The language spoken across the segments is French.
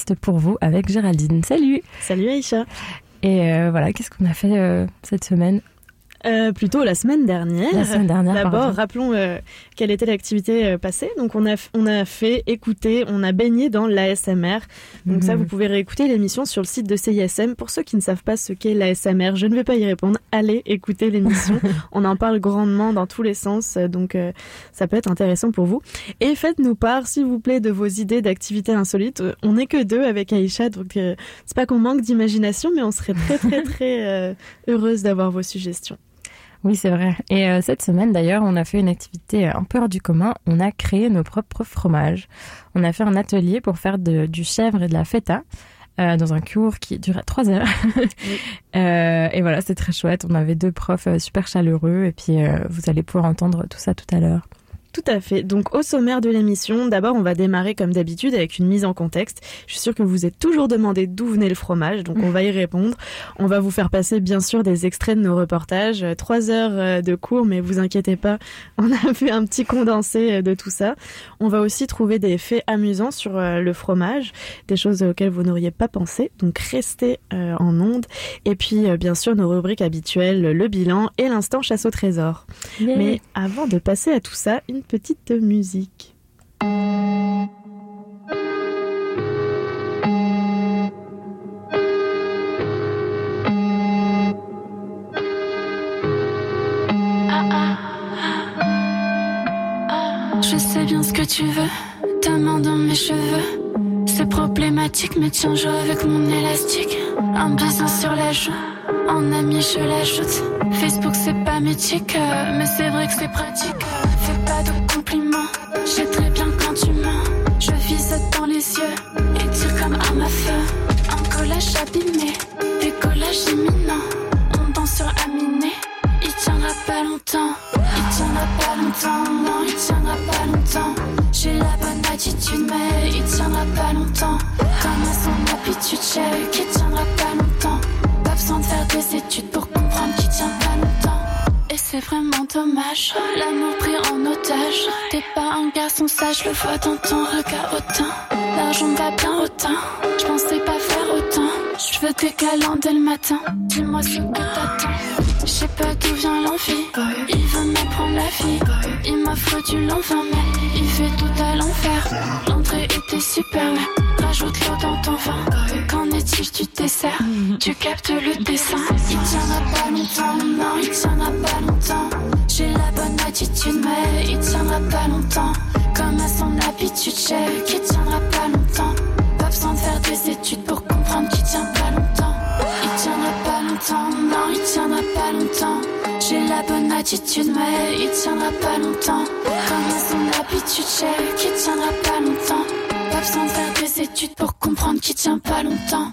podcast pour vous avec Géraldine. Salut. Salut Aïcha. Et voilà, qu'est-ce qu'on a fait cette semaine ? Plutôt la semaine dernière. La semaine dernière, D'abord, rappelons quelle était l'activité passée. Donc, on a fait écouter, on a baigné dans l'ASMR. Donc ça, vous pouvez réécouter l'émission sur le site de CISM. Pour ceux qui ne savent pas ce qu'est l'ASMR, je ne vais pas y répondre. Allez écouter l'émission. On en parle grandement dans tous les sens. Donc, ça peut être intéressant pour vous. Et faites-nous part, s'il vous plaît, de vos idées d'activités insolites. On n'est que deux avec Aïcha. Donc, c'est pas qu'on manque d'imagination, mais on serait très heureuse d'avoir vos suggestions. Oui, c'est vrai. Et cette semaine, d'ailleurs, on a fait une activité un peu hors du commun. On a créé nos propres fromages. On a fait un atelier pour faire du chèvre et de la feta dans un cours qui durait 3 heures. Oui. Et voilà, c'était très chouette. On avait 2 profs super chaleureux. Et puis, vous allez pouvoir entendre tout ça tout à l'heure. Tout à fait. Donc, au sommaire de l'émission, d'abord, on va démarrer comme d'habitude avec une mise en contexte. Je suis sûre que vous vous êtes toujours demandé d'où venait le fromage, donc on va y répondre. On va vous faire passer, bien sûr, des extraits de nos reportages. 3 heures de cours, mais vous inquiétez pas, on a fait un petit condensé de tout ça. On va aussi trouver des faits amusants sur le fromage, des choses auxquelles vous n'auriez pas pensé. Donc, restez en onde. Et puis, bien sûr, nos rubriques habituelles, le bilan et l'instant chasse au trésor. Yeah. Mais avant de passer à tout ça, une petite musique. Je sais bien ce que tu veux, ta main dans mes cheveux. C'est problématique, mais tiens, joue avec mon élastique. Un baiser sur la joue, en ami je l'ajoute. Facebook c'est pas mythique, mais c'est vrai que c'est pratique. Fais pas de compliments, je sais très bien quand tu mens. Je vise dans les yeux et tire comme arme à feu. Un collage abîmé, décollage imminent. On danse sur Aminé, il tiendra pas longtemps. Il tiendra pas longtemps, non il tiendra pas longtemps. J'ai la bonne attitude mais il tiendra pas longtemps. Comme à son habitude, j'ai qui tiendra pas longtemps. Pas besoin de faire des études pour comprendre qu'il tient pas longtemps. Et c'est vraiment dommage, l'amour pris en otage. T'es pas un garçon sage, je le vois dans ton regard autant. L'argent me va bien autant, je pensais pas faire autant. Je veux tes câlins dès le matin, dis-moi ce que t'attends. Je sais pas d'où vient l'envie, il veut me prendre la vie. Il m'offre du l'envin mais il fait tout à l'enfer. L'entrée était super mais rajoute l'eau dans ton vin. Qu'en est-il du dessert? Tu captes le dessin. Il tiendra pas longtemps, non il tiendra pas longtemps. J'ai la bonne attitude mais il tiendra pas longtemps. Comme à son habitude, j'ai qui tiendra pas longtemps. Pas besoin de faire des études pour comprendre qu'il tient pas longtemps. Il tiendra pas longtemps, non il tiendra pas longtemps. J'ai la bonne attitude mais il tiendra pas longtemps. Comme à son habitude, j'ai qui tiendra pas longtemps. Pas besoin de faire des études pour comprendre qu'il tient pas longtemps.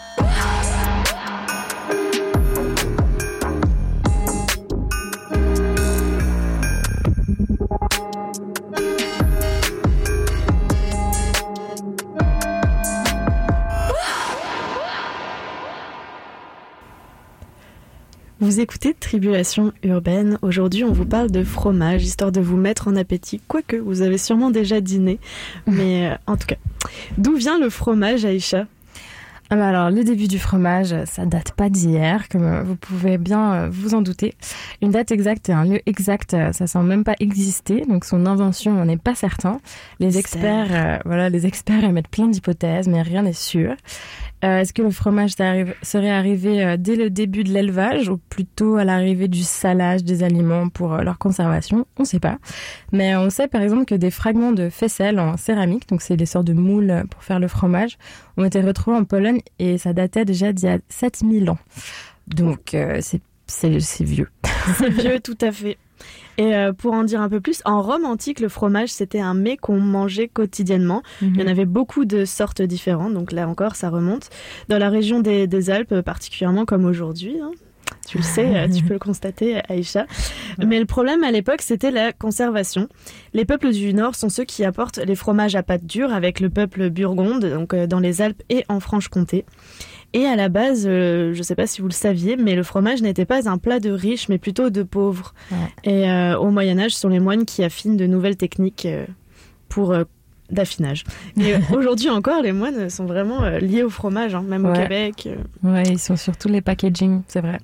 Vous écoutez Tribulation urbaine. Aujourd'hui, on vous parle de fromage, histoire de vous mettre en appétit. Quoique, vous avez sûrement déjà dîné. Mais en tout cas, d'où vient le fromage, Aïcha ? Alors, le début du fromage, ça date pas d'hier, comme vous pouvez bien vous en douter. Une date exacte et un lieu exact, ça semble même pas exister. Donc, son invention, on n'est pas certain. Les experts émettent plein d'hypothèses, mais rien n'est sûr. Est-ce que le fromage serait arrivé dès le début de l'élevage ou plutôt à l'arrivée du salage des aliments pour leur conservation? On ne sait pas. Mais on sait par exemple que des fragments de faisselle en céramique, donc c'est des sortes de moules pour faire le fromage, ont été retrouvés en Pologne et ça datait déjà d'il y a 7000 ans. Donc c'est vieux. C'est vieux, tout à fait. Et pour en dire un peu plus, en Rome antique, le fromage, c'était un mets qu'on mangeait quotidiennement. Il y en avait beaucoup de sortes différentes, donc là encore, ça remonte. Dans la région des Alpes, particulièrement comme aujourd'hui, hein. Tu le sais, tu peux le constater, Aïcha. Mais le problème à l'époque, c'était la conservation. Les peuples du Nord sont ceux qui apportent les fromages à pâte dure avec le peuple burgonde, donc dans les Alpes et en Franche-Comté. Et à la base, je ne sais pas si vous le saviez, mais le fromage n'était pas un plat de riches, mais plutôt de pauvres. Ouais. Et au Moyen-Âge, ce sont les moines qui affinent de nouvelles techniques pour d'affinage. Et aujourd'hui encore, les moines sont vraiment liés au fromage, hein, même au Québec. Ouais, ils sont sur tous les packaging, c'est vrai.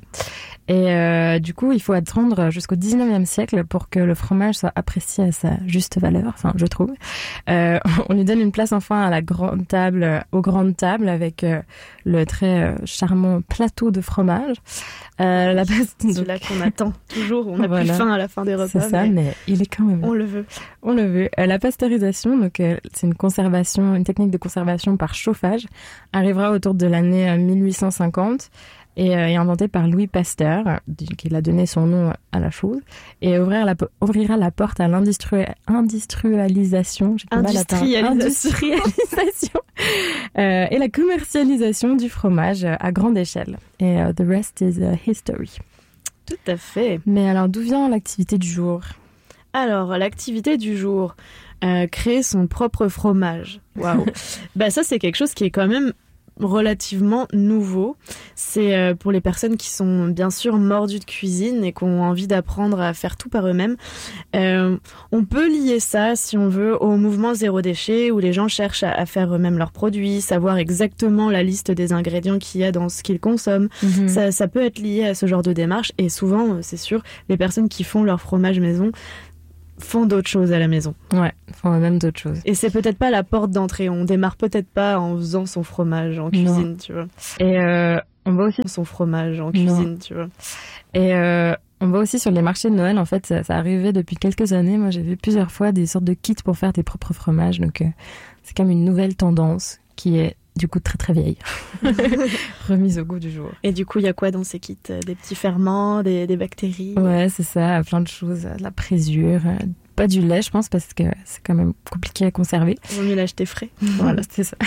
Et du coup, il faut attendre jusqu'au 19e siècle pour que le fromage soit apprécié à sa juste valeur, enfin, je trouve. On lui donne une place enfin à la grande table, aux grandes tables, avec le très charmant plateau de fromage. Celui-là qu'on attend toujours, on n'a plus faim à la fin des repas. C'est ça, mais il est quand même là. On le veut. On le veut. La pasteurisation, donc c'est une technique de conservation par chauffage, arrivera autour de l'année 1850 et est inventée par Louis Pasteur, qui a donné son nom à la chose, et ouvrira la porte à l'industrialisation. Industrialisation et la commercialisation du fromage à grande échelle. Et the rest is history. Tout à fait. Mais alors, d'où vient l'activité du jour ? Alors, l'activité du jour, créer son propre fromage. Waouh. Ça, c'est quelque chose qui est quand même relativement nouveau. C'est pour les personnes qui sont bien sûr mordues de cuisine et qui ont envie d'apprendre à faire tout par eux-mêmes. On peut lier ça, si on veut, au mouvement zéro déchet, où les gens cherchent à faire eux-mêmes leurs produits, savoir exactement la liste des ingrédients qu'il y a dans ce qu'ils consomment. Ça peut être lié à ce genre de démarche, et souvent, c'est sûr, les personnes qui font leur fromage maison font d'autres choses à la maison. Ouais, font même d'autres choses. Et c'est peut-être pas la porte d'entrée. On démarre peut-être pas en faisant son fromage en cuisine, tu vois. Et on va aussi son fromage en cuisine, tu vois. Et on va aussi sur les marchés de Noël. En fait, ça arrivait depuis quelques années. Moi, j'ai vu plusieurs fois des sortes de kits pour faire tes propres fromages. Donc, c'est comme une nouvelle tendance qui est du coup très très vieille, remise au goût du jour. Et du coup, il y a quoi dans ces kits ? Des petits ferments, des bactéries ? Ouais, c'est ça, plein de choses, de la présure, pas du lait, je pense, parce que c'est quand même compliqué à conserver. Il vaut mieux l'acheter frais. Voilà, c'est ça.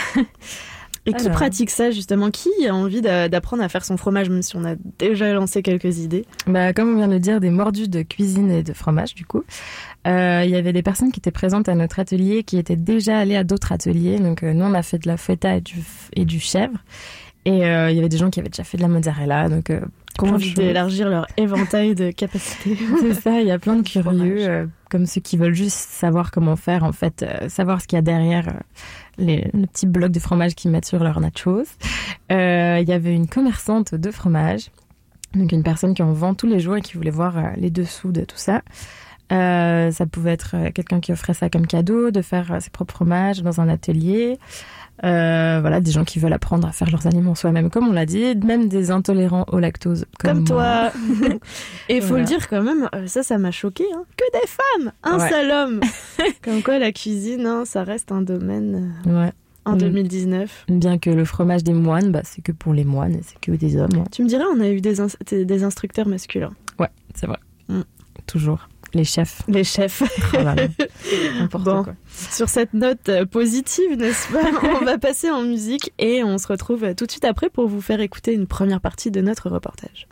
Et qui pratique ça, justement ? Qui a envie d'apprendre à faire son fromage, même si on a déjà lancé quelques idées ? Comme on vient de le dire, des mordus de cuisine et de fromage, du coup. Il y avait des personnes qui étaient présentes à notre atelier, qui étaient déjà allées à d'autres ateliers. Donc, nous, on a fait de la feta et du chèvre. Et il y avait des gens qui avaient déjà fait de la mozzarella. Donc, envie d'élargir leur éventail de capacités. C'est ça, il y a plein de curieux, comme ceux qui veulent juste savoir comment faire, en fait, savoir ce qu'il y a derrière le petit bloc de fromage qu'ils mettent sur leurs nachos. Il y avait une commerçante de fromage, donc une personne qui en vend tous les jours et qui voulait voir les dessous de tout ça. Ça pouvait être quelqu'un qui offrait ça comme cadeau, de faire ses propres fromages dans un atelier. Des gens qui veulent apprendre à faire leurs aliments soi-même, comme on l'a dit, même des intolérants au lactose comme toi. Et il faut le dire quand même, ça m'a choqué, hein. Que des femmes, un seul homme. Comme quoi la cuisine, hein, ça reste un domaine en 2019. Bien que le fromage des moines, c'est que pour les moines, et c'est que des hommes. Hein. Tu me dirais, on a eu des instructeurs masculins. Ouais, c'est vrai. Toujours. Les chefs. Les chefs. Oh là là. N'importe quoi. Sur cette note positive, n'est-ce pas ? On va passer en musique et on se retrouve tout de suite après pour vous faire écouter une première partie de notre reportage.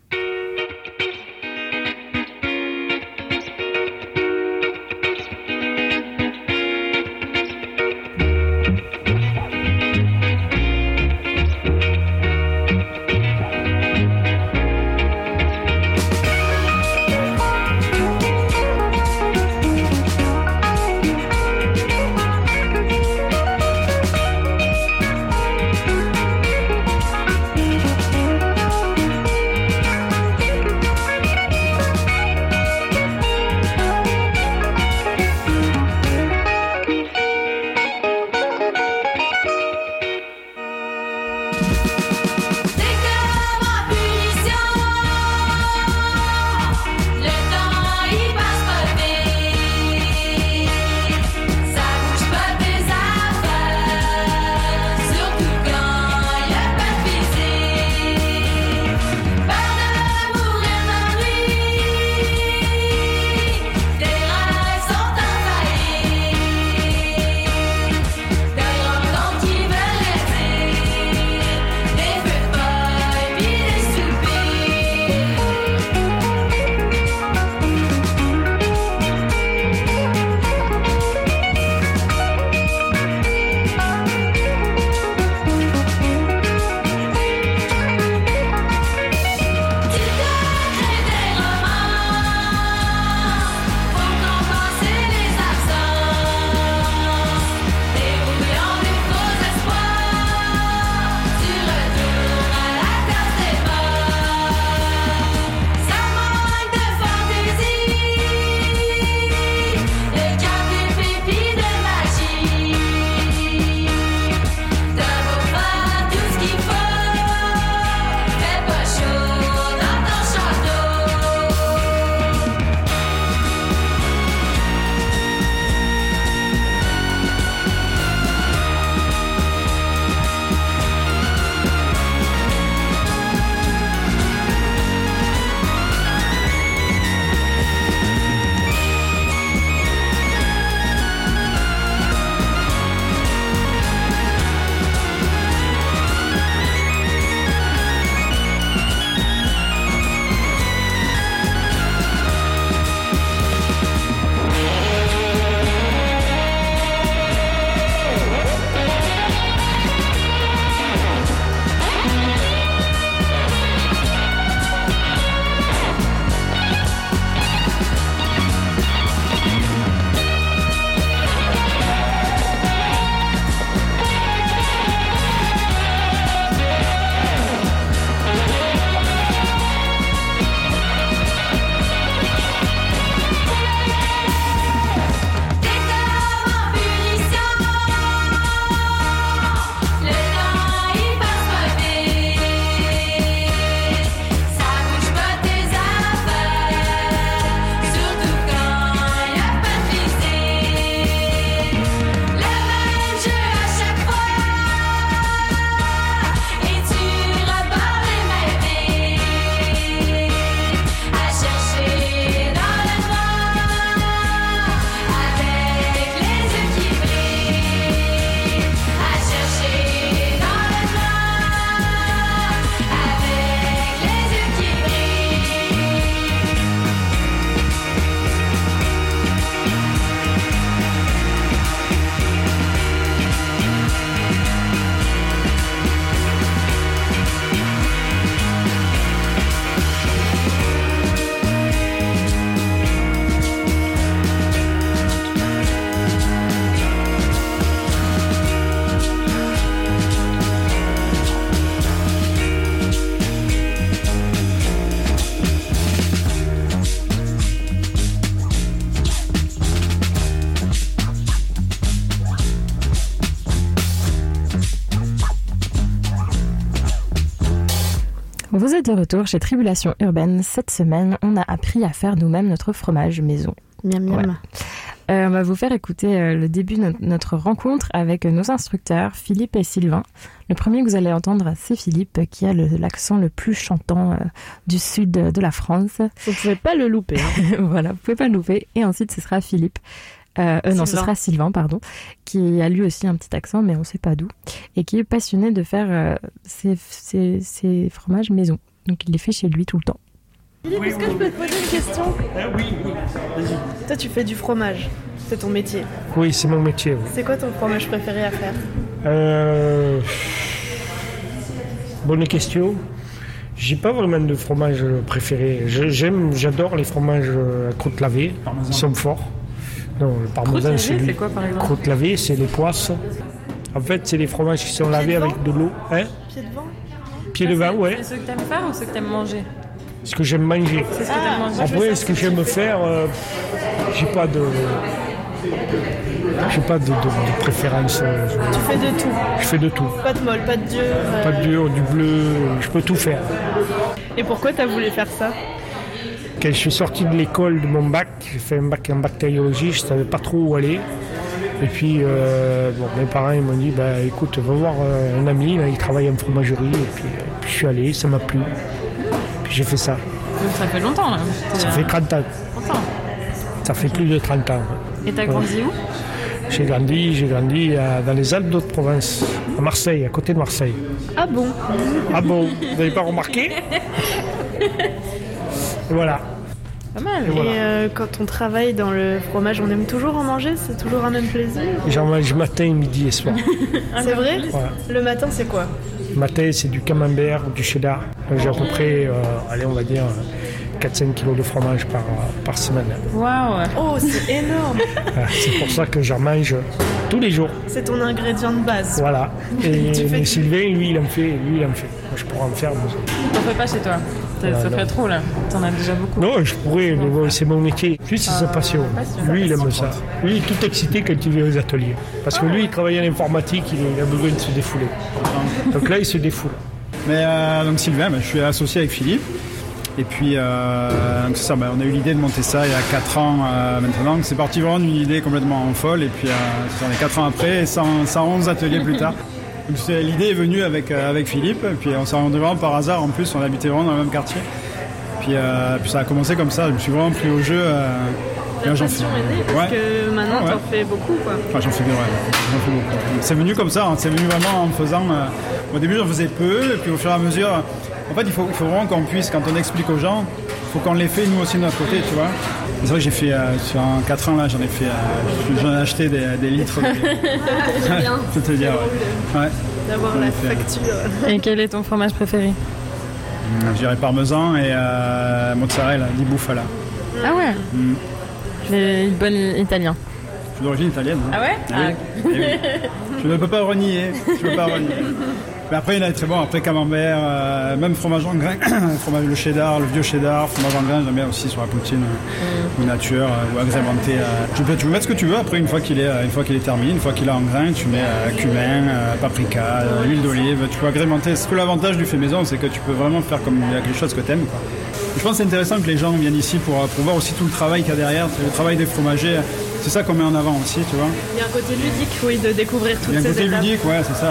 Vous êtes de retour chez Tribulation Urbaine. Cette semaine, on a appris à faire nous-mêmes notre fromage maison. Miam miam. Ouais. On va vous faire écouter le début de notre rencontre avec nos instructeurs, Philippe et Sylvain. Le premier que vous allez entendre, c'est Philippe, qui a l'accent le plus chantant du sud de la France. Vous pouvez pas le louper. Hein. Voilà, vous pouvez pas le louper. Et ensuite, ce sera Philippe. Non, ce sera Sylvain, pardon, qui a lui aussi un petit accent, mais on sait pas d'où, et qui est passionné de faire ses fromages maison. Donc il les fait chez lui tout le temps. Philippe, est-ce que je peux te poser une question ? Oui, vas-y. Toi, tu fais du fromage. C'est ton métier. Oui, c'est mon métier. Oui. C'est quoi ton fromage préféré à faire ? Bonne question. J'ai pas vraiment de fromage préféré. J'adore les fromages à croûte lavée. Ils sont forts. Non, le parmesan, c'est quoi par exemple ? Croûte lavée, c'est les poisses. En fait, c'est les fromages qui sont lavés avec de l'eau. Hein ? Pied de vin ? Pied de vin, ouais. C'est ceux que t'aimes faire ou ceux que t'aimes manger ? Ce que j'aime manger. C'est ce que t'aimes manger. Après, ce que j'aime faire, j'ai pas de préférence. Tu fais de tout. Je fais de tout. Pas de molle, pas de dur. Pas de dur, du bleu, je peux tout faire. Et pourquoi t'as voulu faire ça ? Quand je suis sorti de l'école de mon bac, j'ai fait un bac en bactériologie, je ne savais pas trop où aller. Et puis, mes parents ils m'ont dit, écoute, va voir un ami, là, il travaille en fromagerie. Et puis je suis allé, ça m'a plu. Puis j'ai fait ça. Donc ça fait longtemps là. Ça fait 30 ans. Longtemps. Ça fait plus de 30 ans. Et t'as grandi où ? J'ai grandi dans les Alpes d'Haute-Provence, à Marseille, à côté de Marseille. Ah bon ? Ah bon, vous n'avez pas remarqué ? Et voilà. Pas mal. Et voilà. Et quand on travaille dans le fromage, on aime toujours en manger ? C'est toujours un même plaisir ? J'en mange matin, midi et soir. C'est vrai ? Ouais. Le matin, c'est quoi ? Le matin, c'est du camembert, du cheddar. J'ai à peu près, on va dire 4-5 kilos de fromage par semaine. Waouh. Oh, c'est énorme ! C'est pour ça que j'en mange tous les jours. C'est ton ingrédient de base. Voilà. Et Tu fais- Sylvain, lui, il en fait. Moi, je pourrais en faire. T'en fais pas chez toi ? Ça non. ferait trop là. T'en as déjà beaucoup. Non, je pourrais, mais bon, c'est mon métier. Lui, c'est sa passion. Lui, il aime ça. Lui, il est tout excité quand il vient aux ateliers. Parce que lui, il travaille en informatique, il a besoin de se défouler. Donc là, il se défoule. Mais donc Sylvain, je suis associé avec Philippe. Et puis, donc c'est ça, on a eu l'idée de monter ça il y a 4 ans maintenant. Donc c'est parti vraiment d'une idée complètement folle. Et puis, on est 4 ans après, 111 ateliers plus tard. Donc, l'idée est venue avec Philippe. Et puis on s'est rendu vraiment par hasard. En plus, on habitait vraiment dans le même quartier. Puis ça a commencé comme ça. Je me suis vraiment pris au jeu. La passion est née parce Ouais. que maintenant, Ouais. t'en fais beaucoup, quoi. Enfin, j'en fais beaucoup. C'est venu comme ça, c'est venu vraiment en faisant... au début, j'en faisais peu, et puis au fur et à mesure... En fait, il faut vraiment qu'on puisse, quand on explique aux gens, il faut qu'on les fait nous aussi de notre côté, tu vois. C'est vrai que j'ai fait, sur 4 ans, là, j'en ai acheté des litres. C'est bien. C'est te dire, ouais. D'avoir On la est fait. facture. Et quel est ton fromage préféré ? Je dirais parmesan et mozzarella, di bufala. Ah ouais. Mm. Les bonnes italiens. Je suis d'origine italienne. Hein. Ah ouais ? Eh oui. Eh oui. Je ne peux pas renier. Mais après, il y en a très bon. Après, camembert, même fromage en grain, fromage le cheddar, le vieux cheddar, fromage en grain, j'aime bien aussi sur la poutine ou nature ou agrémenté. Tu peux mettre ce que tu veux. Après, une fois qu'il est terminé, une fois qu'il est en grain, tu mets cumin, paprika, huile d'olive. Tu peux agrémenter. Ce que l'avantage du fait maison, c'est que tu peux vraiment faire comme quelque chose que tu aimes. Je pense que c'est intéressant que les gens viennent ici pour voir aussi tout le travail qu'il y a derrière, le travail des fromagers. C'est ça qu'on met en avant aussi, tu vois. Il y a un côté ludique, oui, de découvrir toutes Il y a un ces côté étapes. ludique, ouais, c'est ça.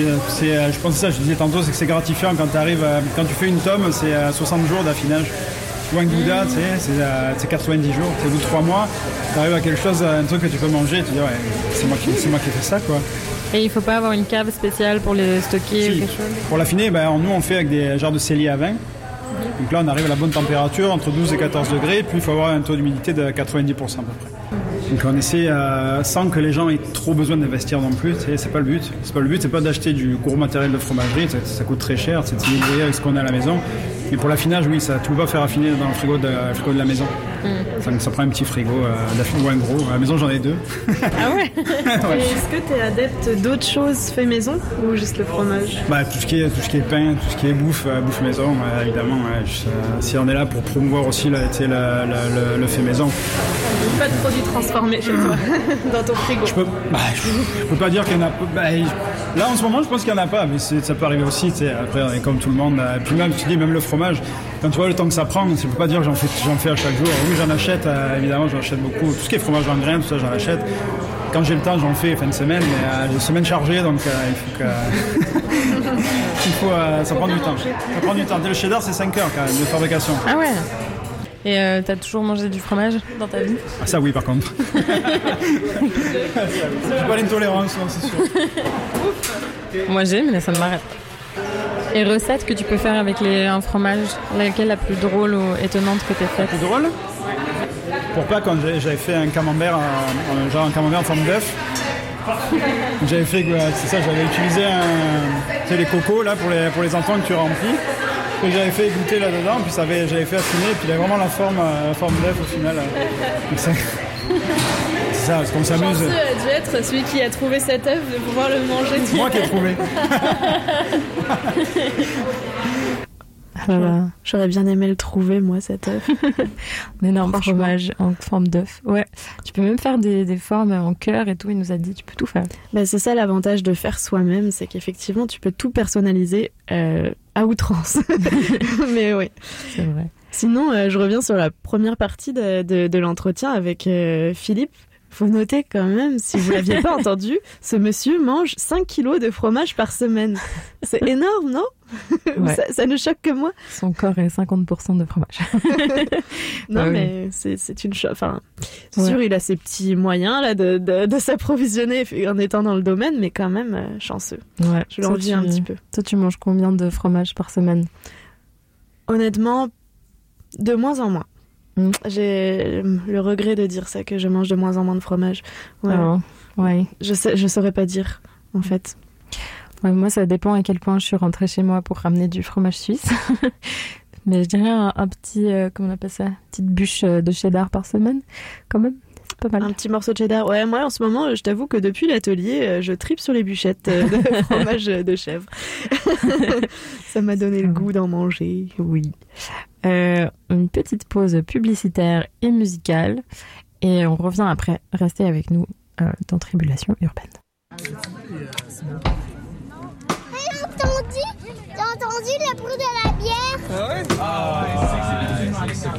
Je pense que ça, je disais tantôt, c'est que c'est gratifiant quand tu fais une tome, c'est 60 jours d'affinage. Tu vois un gouda, tu sais, c'est 90 jours, c'est au bout de 3 mois, tu arrives à quelque chose, un truc que tu peux manger, et tu dis ouais, c'est moi qui ai fait ça, quoi. Et il faut pas avoir une cave spéciale pour les stocker ou Si. quelque chose ? Pour l'affiner, nous on fait avec des genres de cellier à vin. Donc là on arrive à la bonne température, entre 12 et 14 degrés, puis il faut avoir un taux d'humidité de 90% à peu près. Donc on essaie sans que les gens aient trop besoin d'investir non plus, c'est pas le but. C'est pas d'acheter du gros matériel de fromagerie, ça coûte très cher, c'est de se débrouiller avec ce qu'on a à la maison. Et pour l'affinage, oui, tu peux pas faire affiner dans le frigo de la maison. Ça prend un petit frigo ou un gros. À la maison j'en ai 2. Ah ouais ? Et est-ce que tu es adepte d'autres choses fait maison ou juste le fromage ? Tout ce qui est pain, tout ce qui est bouffe maison, évidemment. Si on est là pour promouvoir aussi le fait maison. Pas de produits transformés chez toi, dans ton frigo. Je peux pas dire qu'il y en a pas. Là, en ce moment, je pense qu'il y en a pas, mais ça peut arriver aussi. Après, on est comme tout le monde. Puis même, tu dis, même le fromage, quand tu vois le temps que ça prend, je peux pas dire que j'en fais à chaque jour. Oui, j'en achète, évidemment, j'en achète beaucoup. Tout ce qui est fromage en grains, tout ça, j'en achète. Quand j'ai le temps, j'en fais fin de semaine, mais j'ai une semaine chargée, donc il faut que... ça prend du temps. Ça prend du temps. Le cheddar, c'est 5 heures quand même de fabrication. Ah ouais. Et t'as toujours mangé du fromage dans ta vie? Ah ça oui, par contre. J'ai pas l'intolérance, non, c'est sûr. Moi j'ai, mais ça ne m'arrête pas. Et recette que tu peux faire avec un fromage, laquelle la plus drôle ou étonnante que t'aies faite? La plus drôle? Pour Pâques, quand j'avais fait un camembert, genre un camembert en forme d'œuf. J'avais fait, c'est ça, j'avais utilisé les cocos là pour les enfants que tu remplis. Que j'avais fait goûter là-dedans, puis j'avais fait affiner, puis il avait vraiment la forme d'œuf au final. Donc c'est ça, parce qu'on s'amuse. Chanceux a dû être celui qui a trouvé cet œuf de pouvoir le manger. C'est moi qui ai trouvé. Voilà. J'aurais bien aimé le trouver, moi, cet œuf. Un énorme fromage en forme d'œuf. Ouais. Tu peux même faire des formes en cœur et tout. Il nous a dit, tu peux tout faire. Bah, c'est ça l'avantage de faire soi-même, c'est qu'effectivement, tu peux tout personnaliser à outrance. Mais oui. C'est vrai. Sinon, je reviens sur la première partie de l'entretien avec Philippe. Faut noter quand même, si vous l'aviez pas entendu, ce monsieur mange 5 kilos de fromage par semaine. C'est énorme, non? Ouais. Ça ne choque que moi. Son corps est 50% de fromage. Non, mais c'est une chose. Enfin, c'est sûr, il a ses petits moyens là de s'approvisionner en étant dans le domaine, mais quand même chanceux. Ouais. Je l'envie un petit peu. Toi, tu manges combien de fromage par semaine? Honnêtement, de moins en moins. J'ai le regret de dire ça, que je mange de moins en moins de fromage. Ouais. Oh, ouais. Je saurais pas dire, en fait. Ouais, moi, ça dépend à quel point je suis rentrée chez moi pour ramener du fromage suisse. Mais je dirais un petit, comment on appelle ça, petite bûche de cheddar par semaine, quand même. C'est pas mal. Un petit morceau de cheddar. Ouais, moi, en ce moment, je t'avoue que depuis l'atelier, je tripe sur les bûchettes de fromage de chèvre. Ça m'a donné le goût d'en manger. Oui. Une petite pause publicitaire et musicale. Et on revient après. Restez avec nous dans Tribulation Urbaine. T'as entendu le bruit de la bière? Ah ouais? Ah ouais, c'est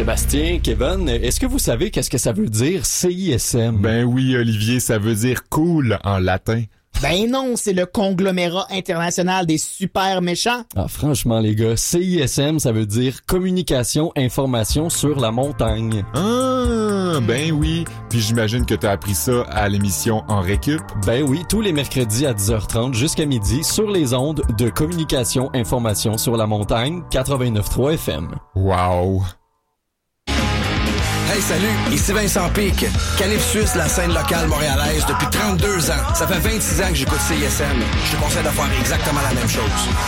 Sébastien, Kevin, est-ce que vous savez qu'est-ce que ça veut dire CISM? Ben oui, Olivier, ça veut dire cool en latin. Ben non, c'est le conglomérat international des super méchants. Ah, franchement, les gars, CISM, ça veut dire Communication Information sur la montagne. Ah, ben oui. Puis j'imagine que t'as appris ça à l'émission En Récup. Ben oui, tous les mercredis à 10h30 jusqu'à midi sur les ondes de Communication Information sur la montagne, 89.3 FM. Wow! Hey, salut, ici Vincent Pic. Calypsus, la scène locale montréalaise depuis 32 ans. Ça fait 26 ans que j'écoute CISM. Je te conseille de faire exactement la même chose.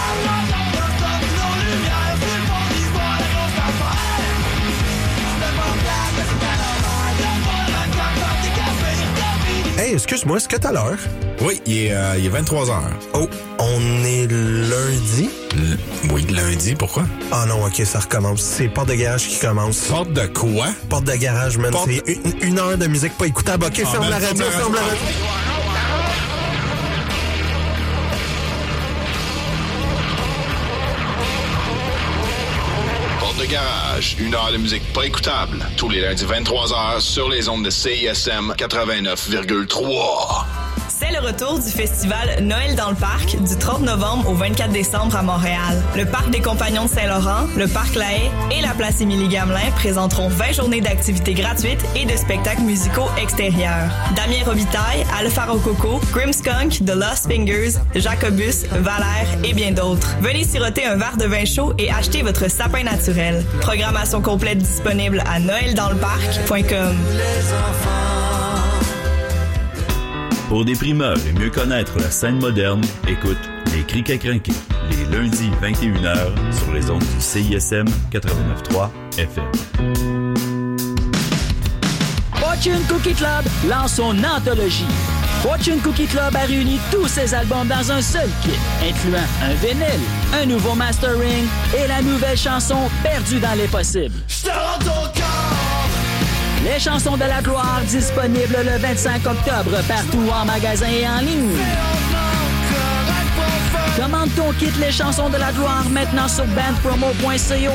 Hey, excuse-moi, est-ce que t'as l'heure? Oui, il est 23h. Oh, on est lundi? Oui, lundi, pourquoi? Ah non, ok, ça recommence. C'est porte de garage qui commence. Porte de quoi? Porte de garage, man. C'est une heure de musique pas écoutable. Ok, ferme la radio, ferme la radio. Porte de garage, une heure de musique pas écoutable. Tous les lundis 23h sur les ondes de CISM 89,3. C'est le retour du festival Noël dans le parc du 30 novembre au 24 décembre à Montréal. Le parc des Compagnons de Saint-Laurent, le parc La Haye et la place Émilie-Gamelin présenteront 20 journées d'activités gratuites et de spectacles musicaux extérieurs. Damien Robitaille, Alpha Rococo, Grimmskunk, The Lost Fingers, Jacobus, Valère et bien d'autres. Venez siroter un verre de vin chaud et acheter votre sapin naturel. Programmation complète disponible à noeldansleparc.com. Pour des primeurs et mieux connaître la scène moderne, écoute Les Criquets Crinqués, les lundis 21h sur les ondes du CISM 89.3 FM. Fortune Cookie Club lance son anthologie. Fortune Cookie Club a réuni tous ses albums dans un seul kit, incluant un vinyle, un nouveau mastering et la nouvelle chanson Perdue dans les possibles. Les chansons de la gloire disponibles le 25 octobre partout en magasin et en ligne. Commande ton kit Les chansons de la gloire maintenant sur bandpromo.co.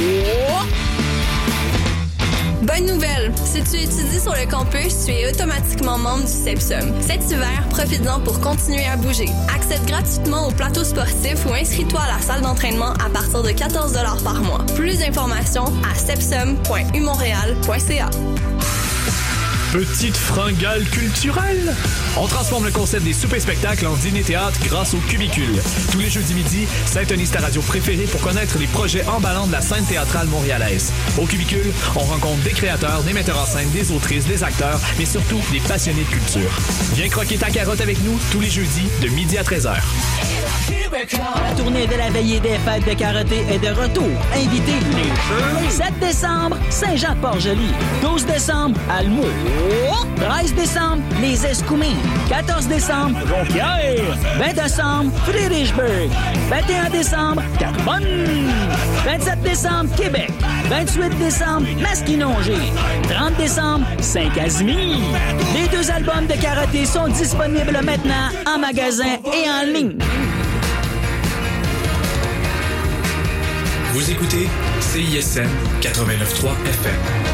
Bonne nouvelle! Si tu étudies sur le campus, tu es automatiquement membre du CEPSUM. Cet hiver, profites-en pour continuer à bouger. Accède gratuitement au plateau sportif ou inscris-toi à la salle d'entraînement à partir de 14 $ par mois. Plus d'informations à sepsum.umontréal.ca. Petite fringale culturelle. On transforme le concept des soupers-spectacles en dîner-théâtre grâce au Cubicule. Tous les jeudis midi, syntonise ta radio préférée pour connaître les projets emballants de la scène théâtrale montréalaise. Au Cubicule, on rencontre des créateurs, des metteurs en scène, des autrices, des acteurs, mais surtout des passionnés de culture. Viens croquer ta carotte avec nous tous les jeudis de midi à 13h. La tournée de la veillée des fêtes de karaté est de retour. Invitez les 7 décembre, Saint-Jean-de-Port-Joli. 12 décembre, Almo. 13 décembre, les Escoumins. 14 décembre, Jonquière. 20 décembre, Friedrichsburg. 21 décembre, Carbonne. 27 décembre, Québec. 28 décembre, Masquinongé. 30 décembre, Saint-Casimir. Les 2 albums de karaté sont disponibles maintenant en magasin et en ligne. Vous écoutez CISM 89.3 FM.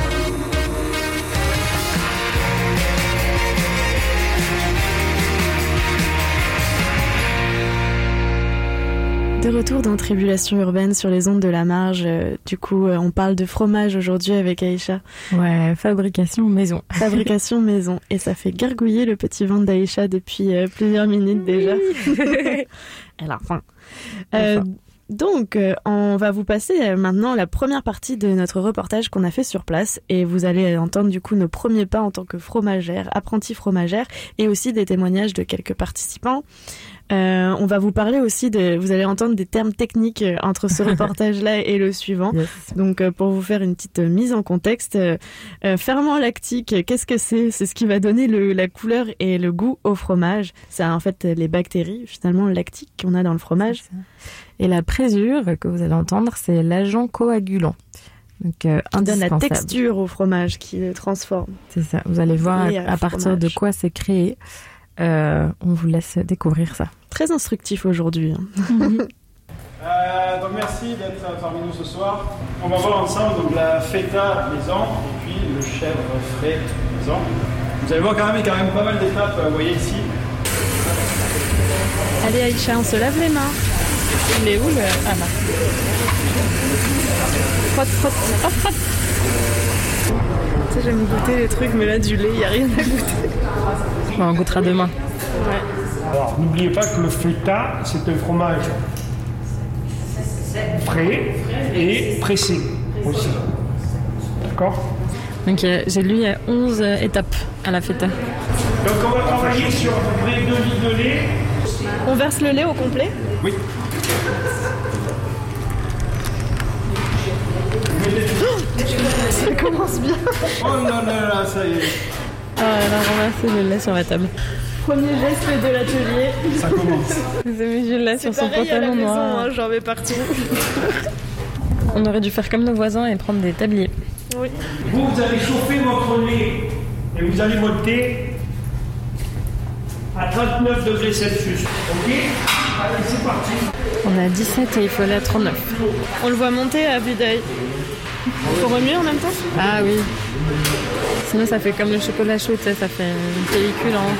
De retour dans Tribulation urbaine sur les ondes de la marge. Du coup, on parle de fromage aujourd'hui avec Aïcha. Ouais, fabrication maison. Fabrication maison. Et ça fait gargouiller le petit ventre d'Aïcha depuis plusieurs minutes déjà. Elle a faim. Donc, on va vous passer maintenant la première partie de notre reportage qu'on a fait sur place et vous allez entendre du coup nos premiers pas en tant que fromagère, apprentie fromagère et aussi des témoignages de quelques participants. On va vous parler aussi vous allez entendre des termes techniques entre ce reportage-là et le suivant. Yes. Donc, pour vous faire une petite mise en contexte, ferment lactique, qu'est-ce que c'est? C'est ce qui va donner la couleur et le goût au fromage. C'est en fait les bactéries, finalement, lactiques qu'on a dans le fromage. Et la présure que vous allez entendre, c'est l'agent coagulant. Donc, on donne la texture au fromage qui le transforme. C'est ça. Vous allez voir à partir de quoi c'est créé. On vous laisse découvrir ça. Très instructif aujourd'hui. Donc merci d'être parmi nous ce soir. On va voir ensemble donc, la feta maison et puis le chèvre frais maison. Vous allez voir quand même, il y a quand même pas mal d'étapes, vous voyez ici. Allez Aïcha, on se lave les mains. Il est où le... Ah là. Frotte, frotte, hop, frotte. Tu sais, j'aime goûter les trucs, mais là du lait, il n'y a rien à goûter. Bon, on goûtera demain. Ouais. Alors, n'oubliez pas que le feta, c'est un fromage frais et pressé aussi. D'accord? Donc j'ai lu, il y a 11 étapes à la feta. Donc on va travailler sur à peu près 2 litres de lait. On verse le lait au complet? Oui. Ça commence bien. Oh là là là, ça y est. Ah, elle a ramassé le lait sur la table. Premier geste de l'atelier. Ça commence. Vous avez mis du lait sur son pareil pantalon à la maison, noir. hein, j'en mets partout. On aurait dû faire comme nos voisins et prendre des tabliers. Oui. Vous allez chauffer votre lait et vous allez monter à 39 degrés Celsius. Ok? Allez, c'est parti. On a 17 et il faut aller à 39. On le voit monter à vue d'œil. Faut remuer en même temps? Ah oui. Sinon ça fait comme le chocolat chaud, tu sais, ça fait une pellicule en...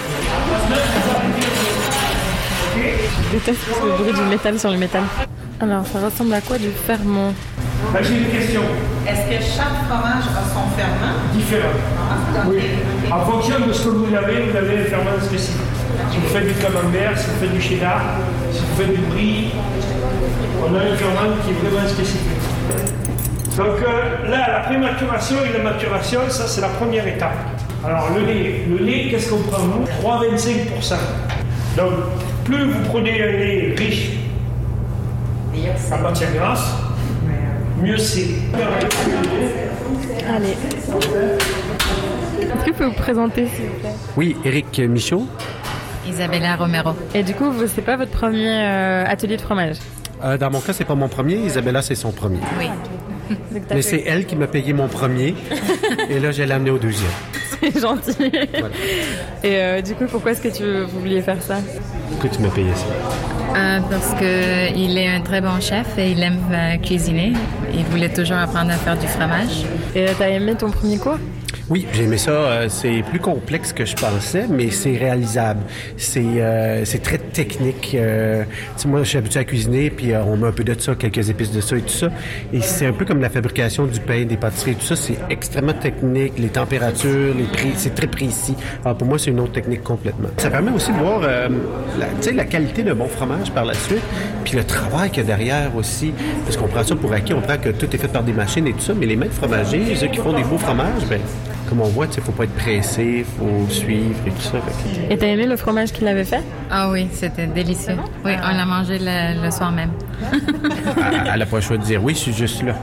Je déteste le bruit du métal sur le métal. Alors, ça ressemble à quoi du ferment? J'ai une question. Est-ce que chaque fromage a son ferment? Différent. Oui. En fonction de ce que vous avez un ferment spécifique. Si vous faites du camembert, si vous faites du cheddar, si vous faites du brie, on a un ferment qui est vraiment spécifique. Donc là, la prématuration et la maturation, ça c'est la première étape. Alors le lait, qu'est-ce qu'on prend nous? 3,25%. Donc plus vous prenez un lait riche en matière grasse, mieux c'est. Allez. Est-ce que vous pouvez vous présenter s'il vous plaît? Oui, Éric Michaud. Isabella Romero. Et du coup, c'est pas votre premier atelier de fromage? Dans mon cas, c'est pas mon premier. Isabella, c'est son premier. Oui. Mais c'est elle qui m'a payé mon premier. Et là, je l'ai amené au deuxième. C'est gentil. Voilà. Et du coup, pourquoi est-ce que vous vouliez faire ça? Pourquoi tu m'as payé ça? Parce qu'il est un très bon chef et il aime cuisiner. Il voulait toujours apprendre à faire du fromage. Et t'as aimé ton premier cours? Oui, j'ai aimé ça. C'est plus complexe que je pensais, mais c'est réalisable. C'est très technique. Moi, je suis habitué à cuisiner, puis on met un peu de ça, quelques épices de ça et tout ça. Et c'est un peu comme la fabrication du pain, des pâtisseries et tout ça. C'est extrêmement technique. Les températures, les prix, c'est très précis. Alors pour moi, c'est une autre technique complètement. Ça permet aussi de voir la qualité d'un bon fromage par la suite, puis le travail qu'il y a derrière aussi. Parce qu'on prend ça pour acquis, on prend que tout est fait par des machines et tout ça, mais les maîtres fromagers, ceux qui font des beaux fromages, ben comme on voit, il faut pas être pressé, il faut suivre et tout ça. Et t'as aimé le fromage qu'il avait fait? Ah oui, c'était délicieux. Oui, on l'a mangé le soir même. Elle n'a pas le choix de dire oui, je suis juste là.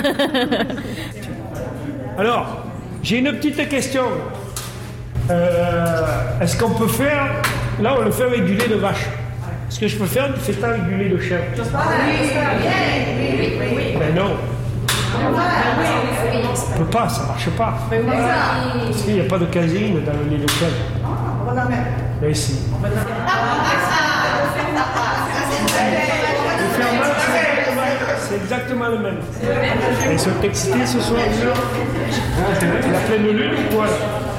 Alors, j'ai une petite question. Est-ce qu'on peut faire... Là, on le fait avec du lait de vache. Est-ce que je peux faire du feta avec du lait de chèvre? Oui. Ben non. On peut pas, ça marche pas. Parce qu'il n'y a pas de caséine dans le lait de chèvre. On va la mettre. Mais ici. Le ferment, c'est exactement le même. Ils sont excités ce soir. La pleine lune ou quoi?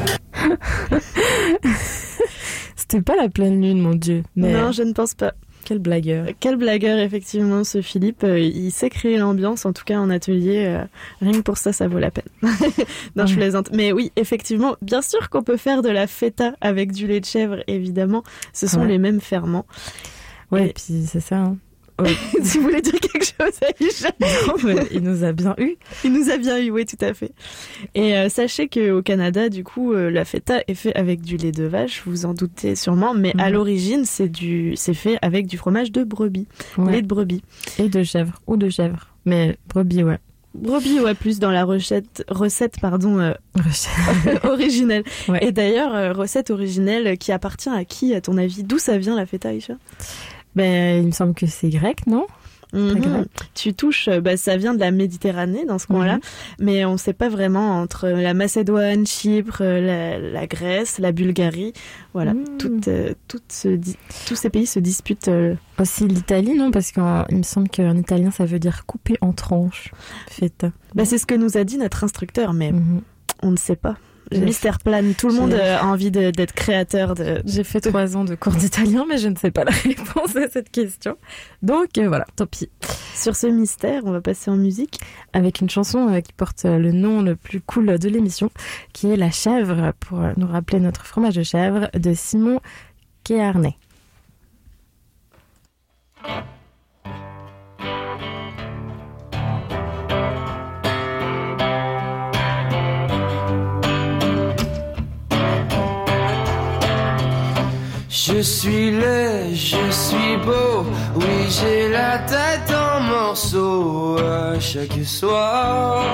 C'était pas la pleine lune, mon Dieu. Mais... Non, je ne pense pas. Quel blagueur. Quel blagueur, effectivement, ce Philippe. Il sait créer l'ambiance, en tout cas en atelier. Rien que pour ça, ça vaut la peine. Non, je plaisante. Mais oui, effectivement, bien sûr qu'on peut faire de la feta avec du lait de chèvre, évidemment. Ce sont les mêmes ferments. Ouais, et puis c'est ça. Hein. Tu voulais dire quelque chose, Aïcha? Non, mais il nous a bien eu. Il nous a bien eu, oui, tout à fait. Et sachez qu'au Canada, du coup, la feta est fait avec du lait de vache, vous en doutez sûrement, mais à l'origine, c'est fait avec du fromage de brebis, lait de brebis. Et de chèvre, ou de chèvre, mais brebis, ouais. Brebis, ouais, plus dans la recette originelle. Ouais. Et d'ailleurs, recette originelle qui appartient à qui, à ton avis? D'où ça vient, la feta, Aïcha? Ben, il me semble que c'est grec, non? Tu touches, ça vient de la Méditerranée dans ce coin-là, mais on ne sait pas vraiment entre la Macédoine, Chypre, la Grèce, la Bulgarie. Voilà, tous ces pays se disputent. Aussi l'Italie, non? Parce qu'il me semble qu'en italien, ça veut dire couper en tranches. Feta. C'est ce que nous a dit notre instructeur, mais on ne sait pas. Le mystère plane. Tout le monde a envie d'être créateur. J'ai fait 3 ans de cours d'italien, mais je ne sais pas la réponse à cette question. Donc voilà, tant pis. Sur ce mystère, on va passer en musique. Avec une chanson qui porte le nom le plus cool de l'émission, qui est La Chèvre, pour nous rappeler notre fromage de chèvre, de Simon Kearney. Je suis laid, je suis beau, oui j'ai la tête en morceaux à chaque soir.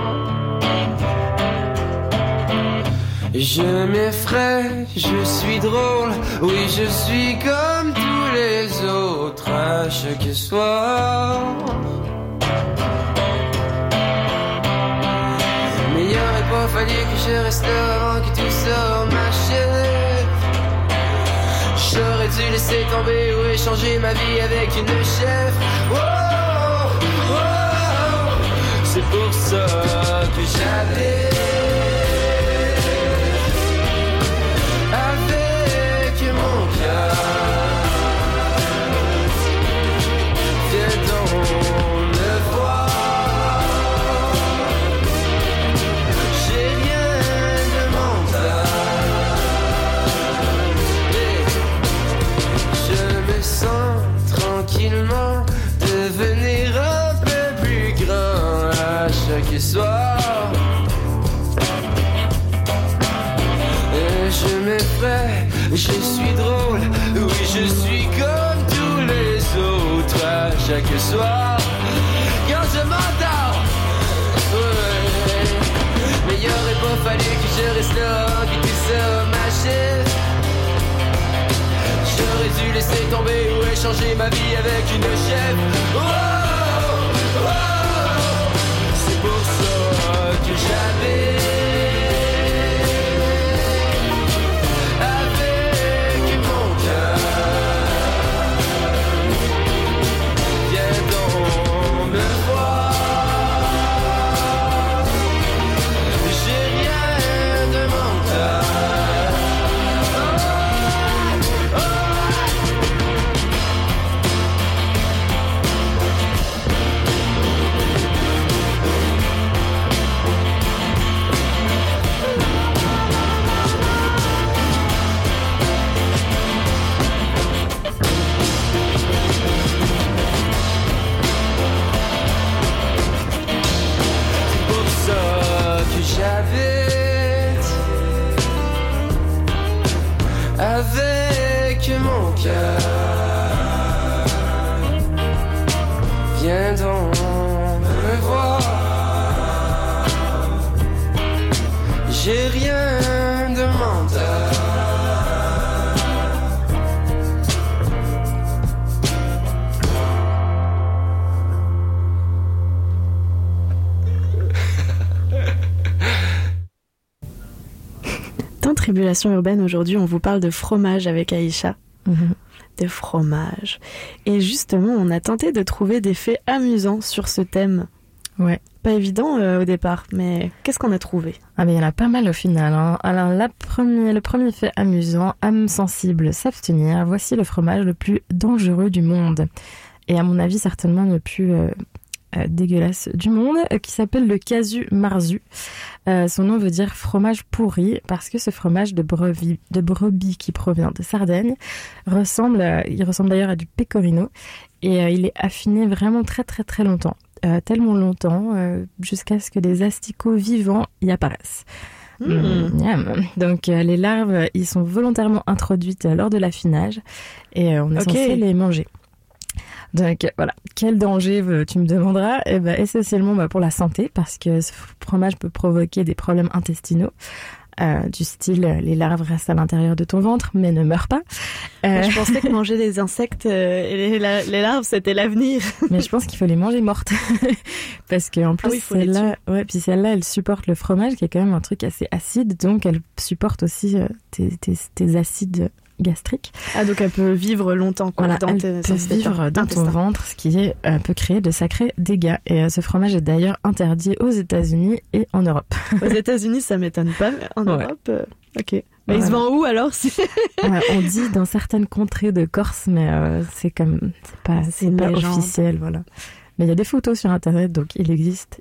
Je m'effraie, je suis drôle, oui je suis comme tous les autres à chaque soir. Mais il aurait pas fallu que je reste là avant que tout ça m'achève. J'aurais dû laisser tomber ou échanger ma vie avec une chèvre. Oh, oh, c'est pour ça que j'avais avec mon cœur. Viens donc me voir. J'ai rien de mental. Tranquillement devenir un peu plus grand à chaque soir. Et je m'effraie, je suis drôle, oui je suis comme tous les autres à chaque soir. Quand je m'endors, mais il aurait pas fallu que je reste là, que tout ça m'achève. J'aurais dû laisser tomber ou échanger ma vie avec une chèvre. Oh, oh, oh, c'est pour ça que j'avais avec mon cœur. Viens donc me voir. J'ai rien de mental. J'habite avec mon cœur. Viens donc me voir. J'ai rien de mental. Tribulation urbaine, aujourd'hui on vous parle de fromage avec Aïcha. De fromage. Et justement, on a tenté de trouver des faits amusants sur ce thème. Ouais. Pas évident au départ, mais qu'est-ce qu'on a trouvé? Ah mais il y en a pas mal au final. Hein. Alors le premier fait amusant, âme sensible, s'abstenir. Voici le fromage le plus dangereux du monde. Et à mon avis, certainement le plus dégueulasse du monde, qui s'appelle le casu marzu. Son nom veut dire fromage pourri, parce que ce fromage de brebis qui provient de Sardaigne il ressemble d'ailleurs à du pecorino, et il est affiné vraiment très très très longtemps, tellement longtemps, jusqu'à ce que des asticots vivants y apparaissent. Donc les larves y sont volontairement introduites lors de l'affinage, et on est censé les manger. Donc voilà, quel danger tu me demanderas? Essentiellement pour la santé, parce que ce fromage peut provoquer des problèmes intestinaux. du style les larves restent à l'intérieur de ton ventre mais ne meurent pas. Je pensais que manger des insectes et les larves c'était l'avenir. Mais je pense qu'il faut les manger mortes parce que en plus celle-là, puis celle-là elle supporte le fromage qui est quand même un truc assez acide, donc elle supporte aussi tes acides gastrique. Donc elle peut vivre longtemps elle peut vivre dans ton ventre, ce qui peut créer de sacrés dégâts. Et ce fromage est d'ailleurs interdit aux États-Unis et en Europe. Aux États-Unis, ça m'étonne pas, mais en Europe, ok. Mais il se vend où alors? On dit dans certaines contrées de Corse, mais c'est pas officiel, voilà. Mais il y a des photos sur Internet, donc il existe.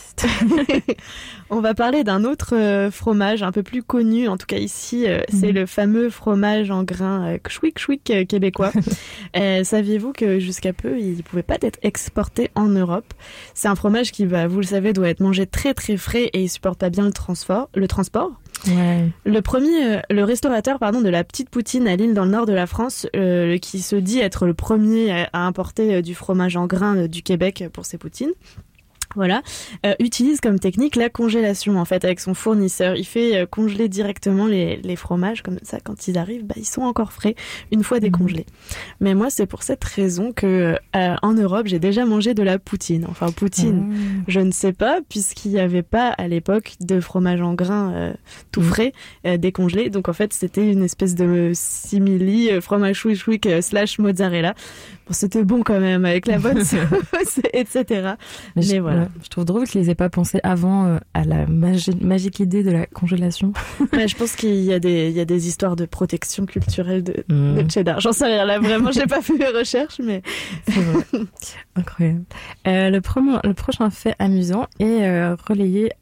On va parler d'un autre fromage un peu plus connu, en tout cas ici, c'est le fameux fromage en grains Kshwik québécois. Saviez-vous que jusqu'à peu, il ne pouvait pas être exporté en Europe? C'est un fromage qui, vous le savez, doit être mangé très très frais et il supporte pas bien le transport. Ouais. Le restaurateur de la Petite Poutine à Lille dans le nord de la France, qui se dit être le premier à importer du fromage en grains du Québec pour ses poutines, utilise comme technique la congélation en fait avec son fournisseur. Il fait congeler directement les fromages, comme ça quand ils arrivent, ils sont encore frais une fois décongelés. Mais moi c'est pour cette raison que en Europe j'ai déjà mangé de la poutine. Enfin poutine, je ne sais pas puisqu'il n'y avait pas à l'époque de fromage en grains tout frais décongelé. Donc en fait c'était une espèce de simili fromage chouic / mozzarella. Bon, c'était bon quand même avec la bonne sauce, etc. Mais voilà. Je trouve drôle qu'ils n'aient pas pensé avant à la magique idée de la congélation. Je pense qu'il y a des histoires de protection culturelle de cheddar. J'en sais rien là, vraiment, j'ai pas fait mes recherches, mais c'est vrai. Incroyable. Le prochain fait amusant est relié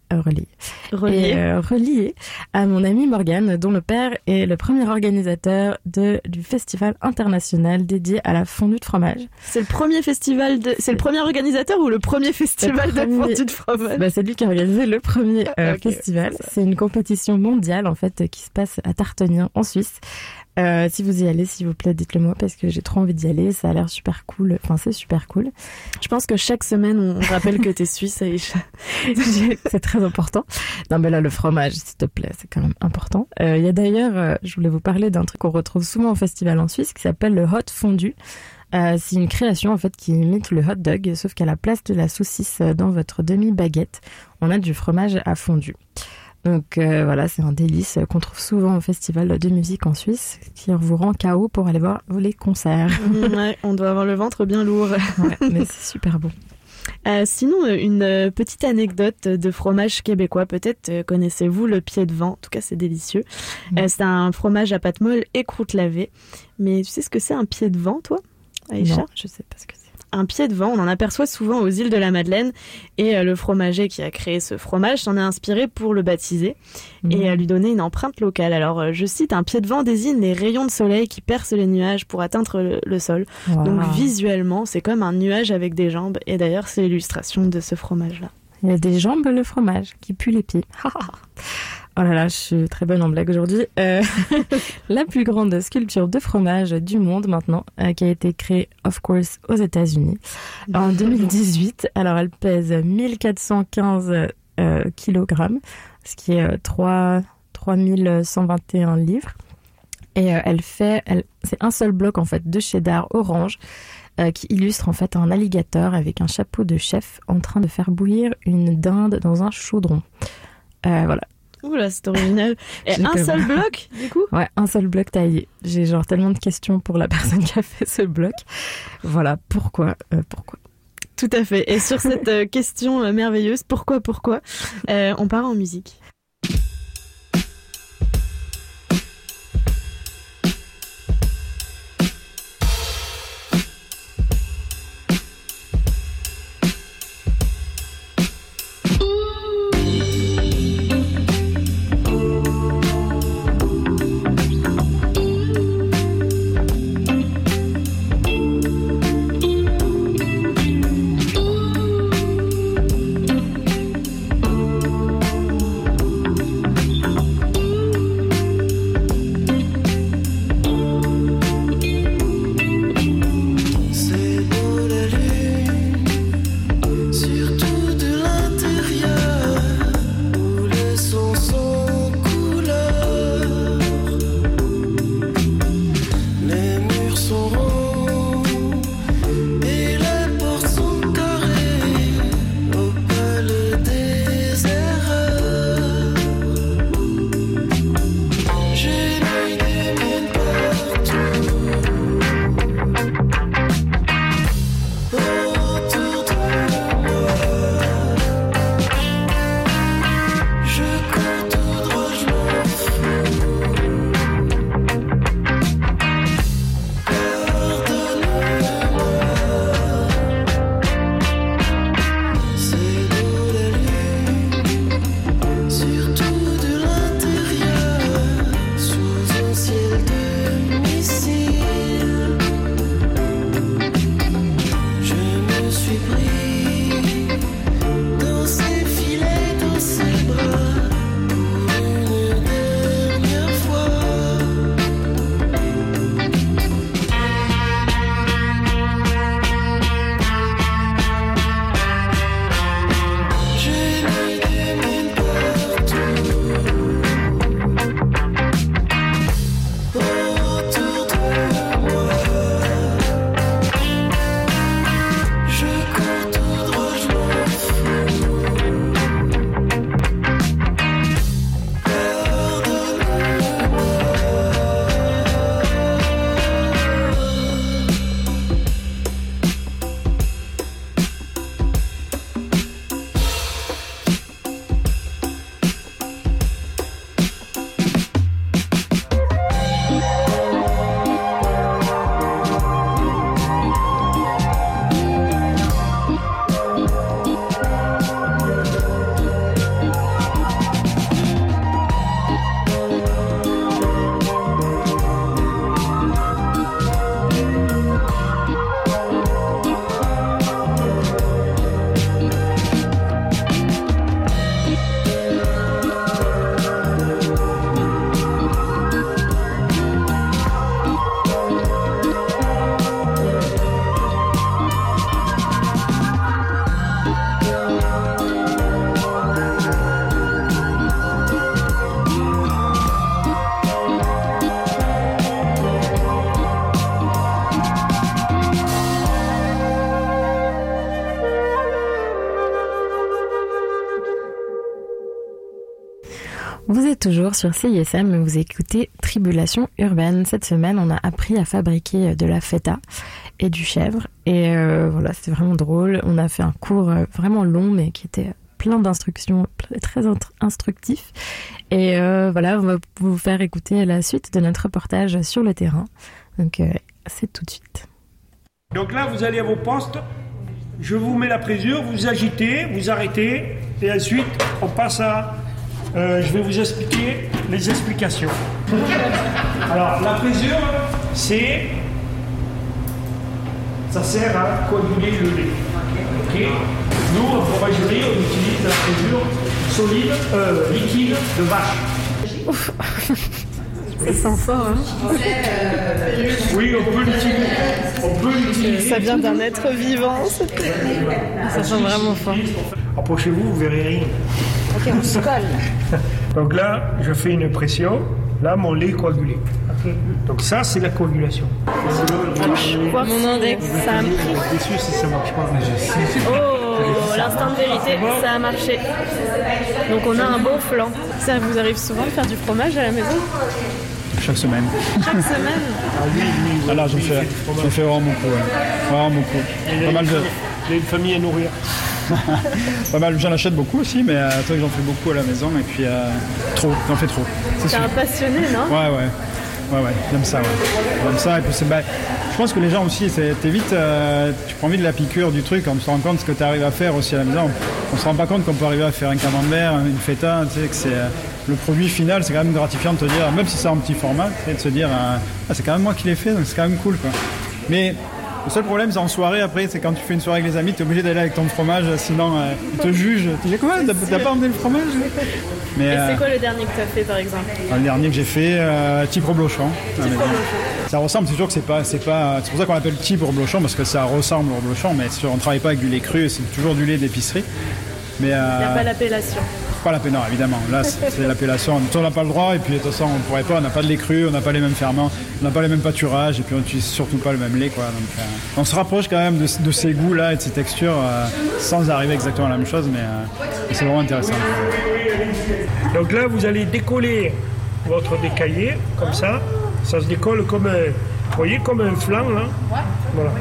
à mon ami Morgane, dont le père est le premier organisateur du festival international dédié à la fondue de fromage. C'est le premier c'est le premier organisateur ou le premier festival de fondue de fromage? C'est lui qui a organisé le premier festival. C'est une compétition mondiale en fait qui se passe à Tartonien en Suisse. Si vous y allez, s'il vous plaît, dites-le moi parce que j'ai trop envie d'y aller. Ça a l'air super cool. Enfin, c'est super cool. Je pense que chaque semaine, on rappelle que t'es suisse, Aïcha. C'est très important. Non, mais là, le fromage, s'il te plaît, c'est quand même important. Il y a d'ailleurs, je voulais vous parler d'un truc qu'on retrouve souvent au festival en Suisse qui s'appelle le hot fondu. C'est une création en fait qui imite le hot dog, sauf qu'à la place de la saucisse dans votre demi-baguette, on a du fromage à fondu. Donc c'est un délice qu'on trouve souvent au festival de musique en Suisse qui vous rend KO pour aller voir les concerts. On doit avoir le ventre bien lourd. Mais c'est super bon. Sinon, une petite anecdote de fromage québécois. Peut-être connaissez-vous le pied de vent. En tout cas, c'est délicieux. C'est un fromage à pâte molle et croûte lavée. Mais tu sais ce que c'est un pied de vent, toi, Aïcha? Non, je sais pas ce que c'est. Un pied de vent, on en aperçoit souvent aux îles de la Madeleine et le fromager qui a créé ce fromage s'en est inspiré pour le baptiser et lui donner une empreinte locale. Alors, je cite, un pied de vent désigne les rayons de soleil qui percent les nuages pour atteindre le sol. Wow. Donc, visuellement, c'est comme un nuage avec des jambes et d'ailleurs, c'est l'illustration de ce fromage-là. Il y a des jambes, le fromage, qui pue les pieds. Oh là là, je suis très bonne en blague aujourd'hui. La plus grande sculpture de fromage du monde maintenant, qui a été créée, of course, aux États-Unis en 2018. Alors, elle pèse 1415 kilogrammes, ce qui est 3121 livres. Et c'est un seul bloc en fait de cheddar orange qui illustre en fait un alligator avec un chapeau de chef en train de faire bouillir une dinde dans un chaudron. Voilà. Oula, c'est original. Et un seul bloc, du coup? Ouais, un seul bloc taillé. J'ai tellement de questions pour la personne qui a fait ce bloc. Voilà, pourquoi? Tout à fait. Et sur cette question merveilleuse, pourquoi on part en musique. Vous êtes toujours sur CISM et vous écoutez Tribulation Urbaine. Cette semaine, on a appris à fabriquer de la feta et du chèvre. Et voilà, c'était vraiment drôle. On a fait un cours vraiment long, mais qui était plein d'instructions, très instructif. Et voilà, on va vous faire écouter la suite de notre reportage sur le terrain. Donc, c'est tout de suite. Donc là, vous allez à vos postes. Je vous mets la présure, vous agitez, vous arrêtez. Et ensuite, on passe à... je vais vous expliquer les explications. Alors, la présure, ça sert à coaguler le lait. Okay. Nous, en fromagerie, on utilise la présure solide, liquide de vache. Ouf. Ça sent fort, hein. Oui, on peut l'utiliser. Ça vient d'un être vivant. Ça sent vraiment fort. Approchez-vous, vous verrez rien. Ok, on se colle. Donc là, je fais une pression. Là, mon lait est coagulé. Okay. Donc ça, c'est la coagulation. Mon index, ça a pris. Déçu si ça marche pas. Oh, l'instant de vérité, ça a marché. Donc on a un beau flan. Ça vous arrive souvent de faire du fromage à la maison ? Chaque semaine. Chaque semaine ? Ah oui. Ah là, j'en fais vraiment beaucoup. Ouais. Vraiment beaucoup. Pas mal de... J'ai une famille à nourrir. Pas mal, j'en achète beaucoup aussi, mais toi j'en fais beaucoup à la maison et puis j'en fais trop. T'es un passionné, non ? Ouais, j'aime ça, J'aime ça, et puis je pense que les gens aussi, t'es vite, tu prends vite la piqûre du truc, on se rend compte de ce que tu arrives à faire aussi à la maison. On se rend pas compte qu'on peut arriver à faire un camembert, une feta, tu sais, que c'est le produit final, c'est quand même gratifiant de te dire, même si c'est en petit format, de se dire, c'est quand même moi qui l'ai fait, donc c'est quand même cool, quoi. Mais le seul problème, c'est en soirée, après, c'est quand tu fais une soirée avec les amis, tu es obligé d'aller avec ton fromage, sinon ils te jugent. Tu dis quoi, t'as pas emmené le fromage ? Mais, et c'est quoi le dernier que tu as fait, par exemple ? Le dernier que j'ai fait, Tipre Blochon. Ça ressemble, c'est sûr que c'est pour ça qu'on l'appelle Tipre Blochon, parce que ça ressemble au Blochon, mais on ne travaille pas avec du lait cru, c'est toujours du lait d'épicerie. Mais il n'y a pas l'appellation. Pas l'appellation, évidemment. Là, c'est l'appellation. On n'a pas le droit, et puis de toute façon, on ne pourrait pas. On n'a pas de lait cru, on n'a pas les mêmes ferments, on n'a pas les mêmes pâturages, et puis on n'utilise surtout pas le même lait, quoi. Donc, on se rapproche quand même de ces goûts-là et de ces textures, sans arriver exactement à la même chose, mais c'est vraiment intéressant. Donc là, vous allez décoller votre décaillé, comme ça. Ça se décolle comme un flan, là. Voilà.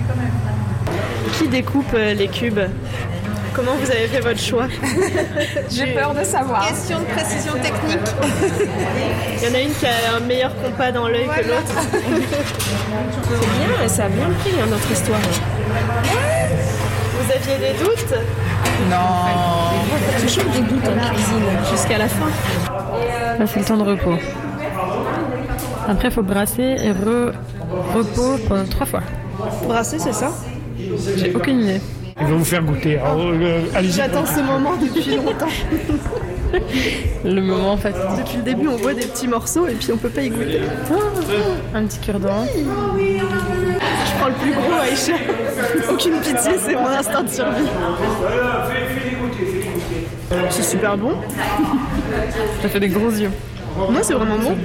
Qui découpe les cubes ? Comment vous avez fait votre choix ? J'ai peur de savoir. Question de précision technique. Il y en a une qui a un meilleur compas dans l'œil que l'autre. C'est bien, ça a bien pris notre histoire. Vous aviez des doutes ? Non. Toujours des doutes en cuisine, jusqu'à la fin. Là, c'est le temps de repos. Après, il faut brasser et repos pendant 3 fois. Brasser, c'est ça ? J'ai aucune idée. Il va vous faire goûter. Alors, allez-y. J'attends ce moment depuis longtemps. Le moment, en fait. Depuis le début, on voit des petits morceaux et puis on peut pas y goûter. Un petit cure-dent. Je prends le plus gros, Aïcha. Aucune pitié, c'est mon instinct de survie. C'est super bon. Ça fait des gros yeux. Non, c'est vraiment bon.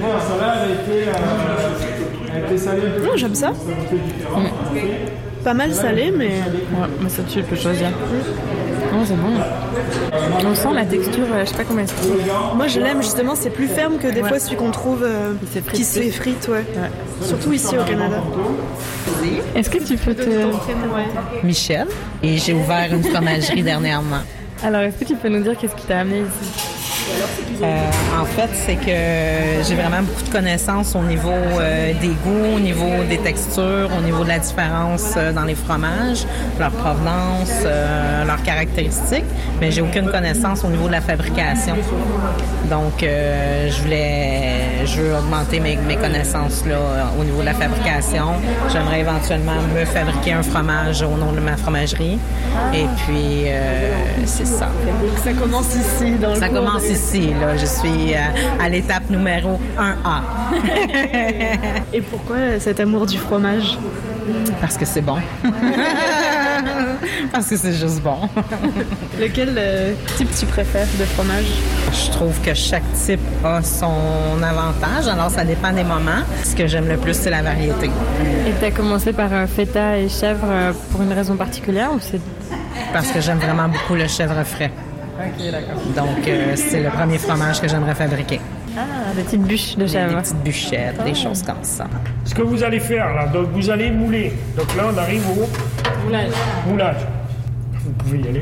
Non, j'aime ça. Pas mal salé, mais... Ouais, mais ça tu peux choisir. Non, c'est bon. On sent la texture, je sais pas comment elle se trouve. Moi, je l'aime, justement, c'est plus ferme que des fois celui qu'on trouve qui se fait frite, ouais. Surtout ici au Canada. Est-ce que tu peux te... Michel, et j'ai ouvert une fromagerie dernièrement. Alors, est-ce que tu peux nous dire qu'est-ce qui t'a amené ici? En fait, c'est que j'ai vraiment beaucoup de connaissances au niveau des goûts, au niveau des textures, au niveau de la différence dans les fromages, leur provenance, leurs caractéristiques, mais j'ai aucune connaissance au niveau de la fabrication. Donc, je veux augmenter mes connaissances là, au niveau de la fabrication. J'aimerais éventuellement me fabriquer un fromage au nom de ma fromagerie. Et puis, c'est ça. Donc, ça commence ici, dans le Ça commence ici, là. Je suis à l'étape numéro 1A. Et pourquoi cet amour du fromage? Parce que c'est bon. Parce que c'est juste bon. Lequel type tu préfères de fromage? Je trouve que chaque type a son avantage, alors ça dépend des moments. Ce que j'aime le plus, c'est la variété. Et tu as commencé par feta et chèvre pour une raison particulière ou c'est... Parce que j'aime vraiment beaucoup le chèvre frais. Ok, d'accord. Donc, c'est le premier fromage que j'aimerais fabriquer. Des petites bûches de chèvre. Des petites bûchettes, des choses comme ça. Ce que vous allez faire là, donc vous allez mouler. Donc là, on arrive au moulage. Vous pouvez y aller.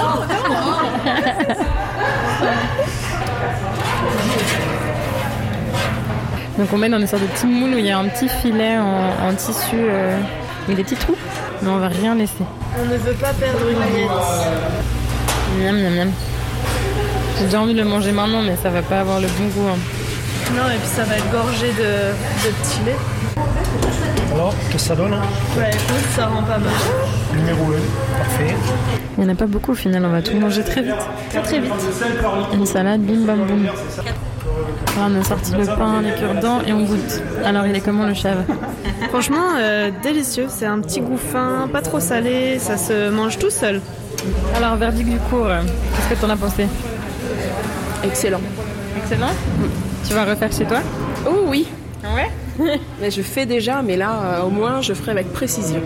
Donc on met dans des sortes de petits moules où il y a un petit filet en tissu avec des petits trous, mais on va rien laisser. On ne veut pas perdre une miette. Miam miam miam. J'ai déjà envie de le manger maintenant, mais ça va pas avoir le bon goût. Hein. Non, et puis ça va être gorgé de petit lait. Alors, qu'est-ce que ça donne? Ouais, écoute, ça rend pas mal. Numéro 1, parfait. Il n'y en a pas beaucoup au final, on va tout manger très vite. Très vite. Une salade, bim bam boum. Là, on a sorti le pain, les cure-dents et on goûte. Alors, il est comment le chèvre? Franchement, délicieux. C'est un petit goût fin, pas trop salé, ça se mange tout seul. Alors, verdict du cours, qu'est-ce que t'en as pensé? Excellent. Excellent? Tu vas refaire chez toi? Oh oui. Ah ouais? Mais je fais déjà, mais là, au moins, je ferai avec précision.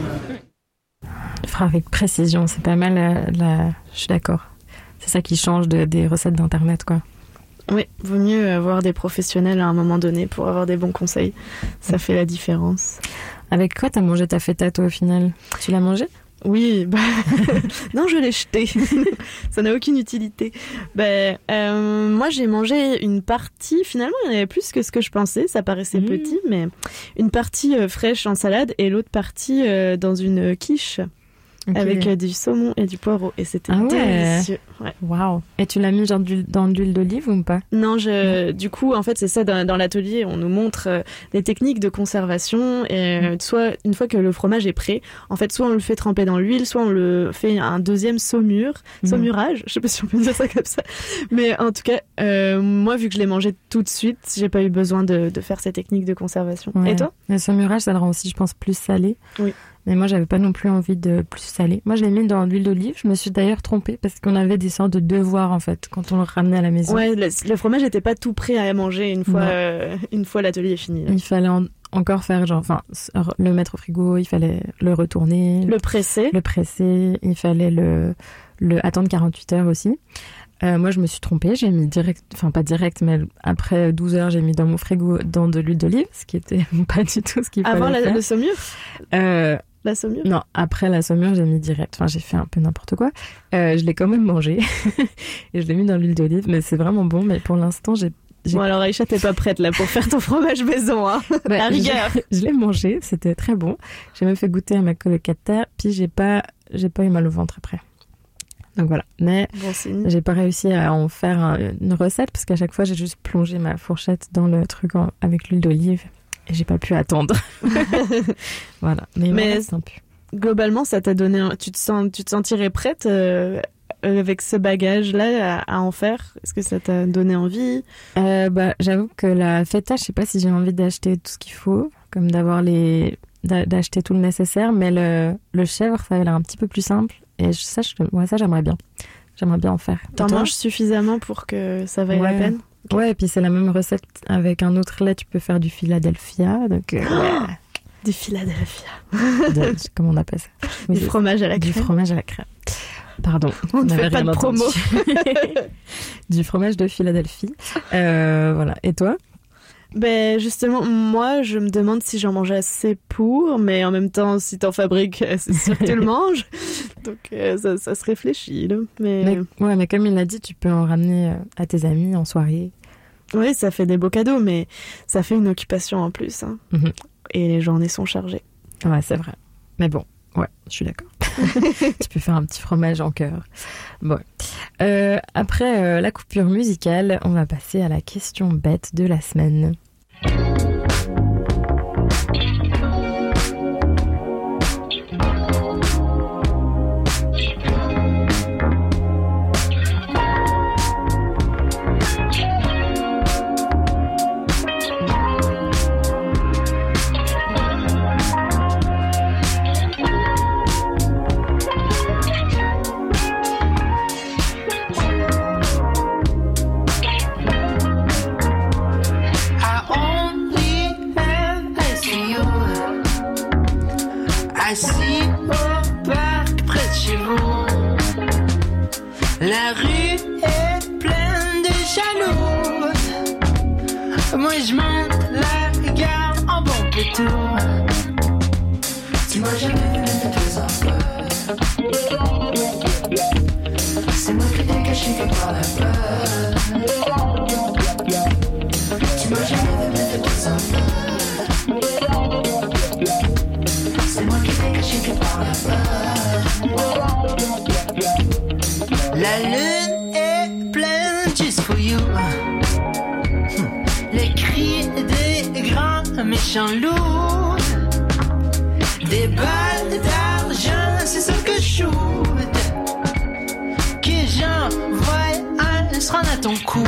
Fera avec précision, c'est pas mal. Je suis d'accord. C'est ça qui change des recettes d'internet, quoi. Oui, vaut mieux avoir des professionnels à un moment donné pour avoir des bons conseils. Ça fait la différence. Avec quoi t'as mangé ta feta, toi, au final? Tu l'as mangé? Oui, non, je l'ai jeté. Ça n'a aucune utilité. Moi, j'ai mangé une partie. Finalement, il y en avait plus que ce que je pensais. Ça paraissait petit, mais une partie fraîche en salade et l'autre partie dans une quiche. Okay. Avec du saumon et du poireau. Et c'était délicieux. Ouais. Waouh. Et tu l'as mis genre dans de l'huile d'olive ou pas? Non, du coup, en fait, c'est ça, dans l'atelier, on nous montre des techniques de conservation. Et soit, une fois que le fromage est prêt, en fait, soit on le fait tremper dans l'huile, soit on le fait un deuxième saumurage. Je sais pas si on peut dire ça comme ça. Mais en tout cas, moi, vu que je l'ai mangé tout de suite, j'ai pas eu besoin de faire ces techniques de conservation. Ouais. Et toi? Le saumurage, ça le rend aussi, je pense, plus salé. Oui. Mais moi, j'avais pas non plus envie de plus salé. Moi, je l'ai mis dans l'huile d'olive. Je me suis d'ailleurs trompée parce qu'on avait des sortes de devoirs, en fait, quand on le ramenait à la maison. Ouais, le fromage n'était pas tout prêt à manger une fois l'atelier est fini. Il fallait encore faire le mettre au frigo, il fallait le retourner. Le presser. Il fallait le attendre 48 heures aussi. Moi, je me suis trompée. J'ai mis pas direct, mais après 12 heures, j'ai mis dans mon frigo dans de l'huile d'olive, ce qui était pas du tout ce qu'il fallait faire. Avant le saumure? La saumure? Non, après la saumure, j'ai mis direct. Enfin, j'ai fait un peu n'importe quoi. Je l'ai quand même mangé et je l'ai mis dans l'huile d'olive, mais c'est vraiment bon. Mais pour l'instant, Bon, alors Aïcha, t'es pas prête là pour faire ton fromage maison, hein? La rigueur. Je l'ai mangé, c'était très bon. J'ai même fait goûter à ma colocataire, puis j'ai pas eu mal au ventre après. Donc voilà, mais j'ai pas réussi à en faire une recette parce qu'à chaque fois j'ai juste plongé ma fourchette dans le truc avec l'huile d'olive et j'ai pas pu attendre. Voilà, mais globalement ça t'a donné tu te sentirais prête avec ce bagage-là à en faire? Est-ce que ça t'a donné envie? J'avoue que la feta, je sais pas si j'ai envie d'acheter tout ce qu'il faut, comme d'acheter tout le nécessaire, mais le chèvre, ça a l'air un petit peu plus simple. Et ça, j'aimerais bien. J'aimerais bien en faire. T'en manges suffisamment pour que ça vaille la peine? Ouais, et puis c'est la même recette avec un autre lait. Tu peux faire du Philadelphia. Donc, du Philadelphia. Comment on appelle ça? Du fromage à la crème. Du fromage à la crème. Pardon. On ne fait pas de promo. Du fromage de Philadelphie. Voilà. Et toi? Justement, moi, je me demande si j'en mange assez pour, mais en même temps, si t'en fabriques, c'est sûr que tu le manges. Donc, ça se réfléchit, là. Mais comme il l'a dit, tu peux en ramener à tes amis en soirée. Oui, ça fait des beaux cadeaux, mais ça fait une occupation en plus. Hein. Mm-hmm. Et les journées sont chargées. Ouais, c'est vrai. Mais bon, ouais, je suis d'accord. Tu peux faire un petit fromage en cœur. Bon. Après la coupure musicale, on va passer à la question bête de la semaine. Assis au parc près de chez vous, la rue est pleine de jaloux. Moi je monte la garde en bon pétour. Tu m'as jamais vu me faire peur. C'est moi qui t'ai caché quelque part la peur. Tu m'as jamais vu me faire peur. C'est moi qui t'ai caché quelque part la peur. La lune est pleine just for you. Les cris des grands méchants loups. Des balles d'argent, c'est ce que je shoot. Que j'envoie un se rendre à ton cou.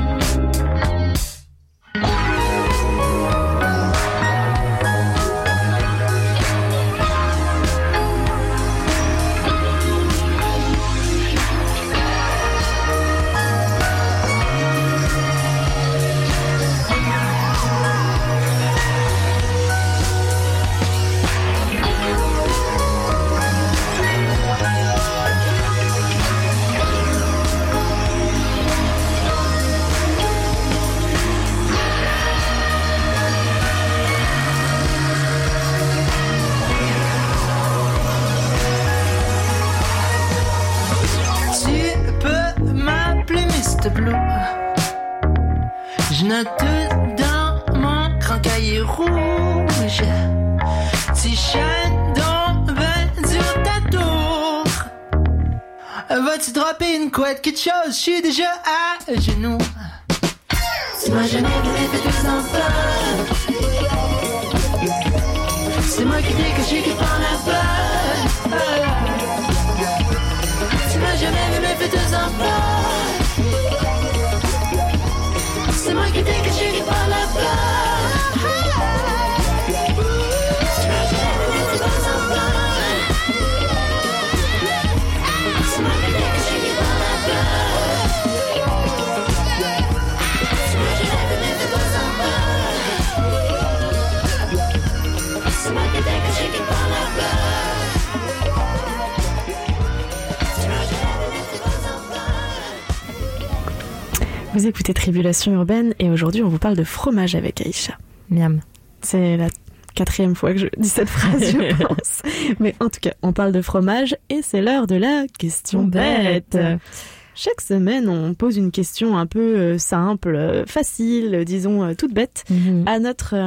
Je note dans mon grand cahier rouge. T-shirt dont ben du ta tour. Vas-tu dropper une couette, quelque chose? Je suis déjà à genoux. Tu m'as jamais vu fait des enfants. C'est moi qui t'ai caché que par la peur. Tu m'as jamais vu fait des enfants. C'est moi qui t'ai caché par la peur. Tu m'as jamais vu tes enfants. C'est moi qui t'ai caché par la peur. Tu m'as jamais vu tes enfants. C'est moi qui t'ai caché par la peur. Tu m'as jamais vu tes enfants. Vous écoutez Tribulation Urbaine et aujourd'hui on vous parle de fromage avec Aïcha. Miam. C'est la 4e fois que je dis cette phrase, je pense. Mais en tout cas, on parle de fromage et c'est l'heure de la question bête. Chaque semaine, on pose une question un peu simple, facile, disons toute bête, à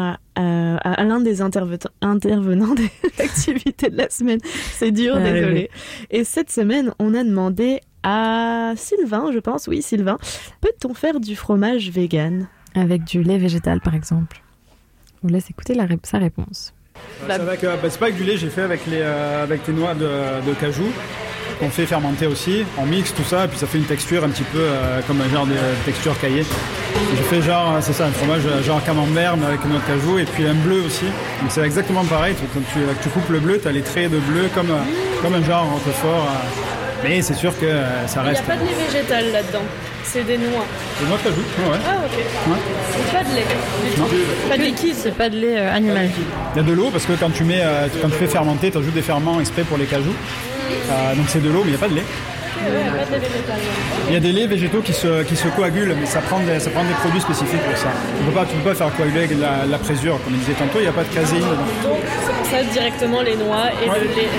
l'un des intervenants de l'activité de la semaine. C'est dur, désolé. Et cette semaine, on a demandé à Sylvain, je pense, oui Sylvain, peut-on faire du fromage vegan? Avec du lait végétal par exemple. On laisse écouter sa réponse. C'est pas avec du lait, j'ai fait avec les noix de cajou qu'on fait fermenter aussi. On mixe tout ça et puis ça fait une texture un petit peu comme un genre de texture caillée. J'ai fait genre, c'est ça, un fromage genre camembert mais avec une noix de cajou et puis un bleu aussi. Donc c'est exactement pareil, quand tu coupes le bleu, tu as les traits de bleu comme un genre roquefort. Mais c'est sûr que ça reste... Il n'y a pas de lait végétal là-dedans, c'est des noix. Des noix de cajou, ouais. Ah ok. Ouais. C'est pas de lait du tout. Pas de liquide. C'est pas de lait animal. Il y a de l'eau parce que quand tu fais fermenter, tu ajoutes des ferments exprès pour les cajous. Donc c'est de l'eau mais il n'y a pas de lait. Il y a des laits végétaux qui se coagulent, mais ça prend des produits spécifiques pour ça. Tu peux pas faire coaguler avec la présure, comme je disais tantôt, il n'y a pas de caséine dedans. Donc c'est pour ça directement les noix et le lait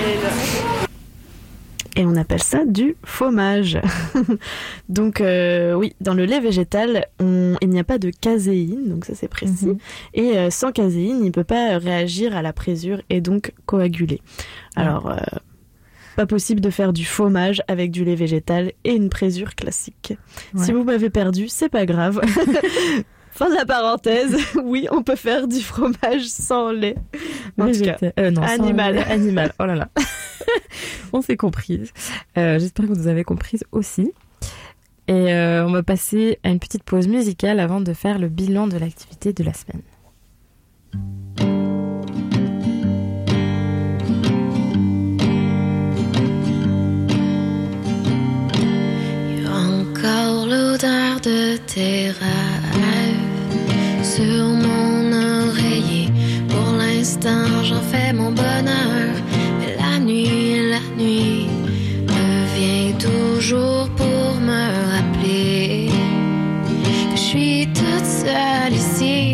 et on appelle ça du fromage. Donc oui, dans le lait végétal, il n'y a pas de caséine, donc ça c'est précis. Et sans caséine, il ne peut pas réagir à la présure et donc coaguler. Alors, pas possible de faire du fromage avec du lait végétal et une présure classique. Ouais. Si vous m'avez perdu, c'est pas grave. Fin de la parenthèse. Oui, on peut faire du fromage sans lait. En tout cas, non, animal. Animal. Oh là là. On s'est comprises. J'espère que vous avez comprises aussi. Et on va passer à une petite pause musicale avant de faire le bilan de l'activité de la semaine. Encore l'odeur de tes rêves sur mon oreiller. Pour l'instant, j'en fais mon bonheur. Mais la nuit revient toujours pour me rappeler que je suis toute seule ici.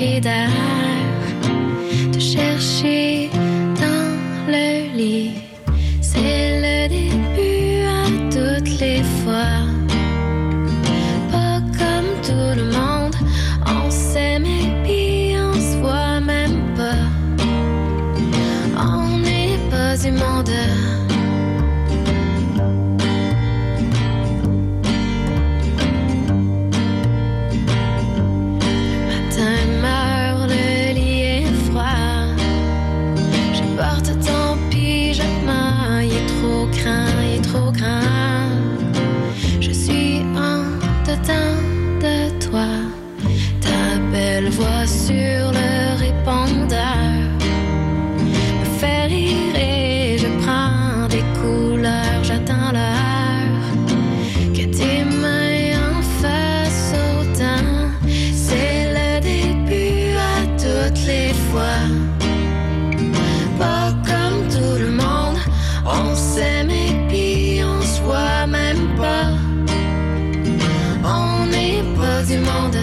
manquer d'air, te chercher dans le lit. C'est le début à toutes les fois. Pas comme tout le monde, on s'aime et puis on se voit même pas. On n'est pas du monde. Voix sur le répondeur me fait rire et je prends des couleurs, j'attends l'heure que tes mains en fassent autant. C'est le début à toutes les fois. Pas comme tout le monde, on s'aime et puis on se voit même pas. On n'est pas du monde.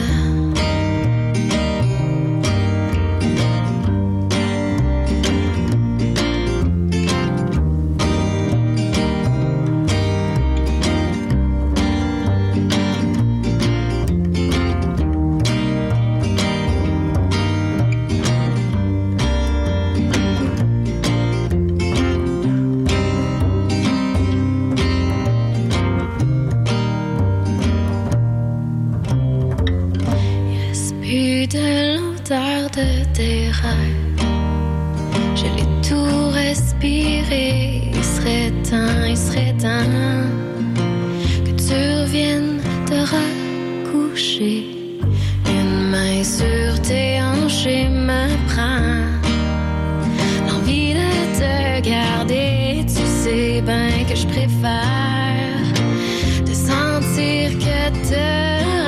De tes rêves, je l'ai tout respiré. Il serait temps que tu reviennes te recoucher. Une main sur tes hanches et me prend l'envie de te garder. Tu sais bien que je préfère te sentir que te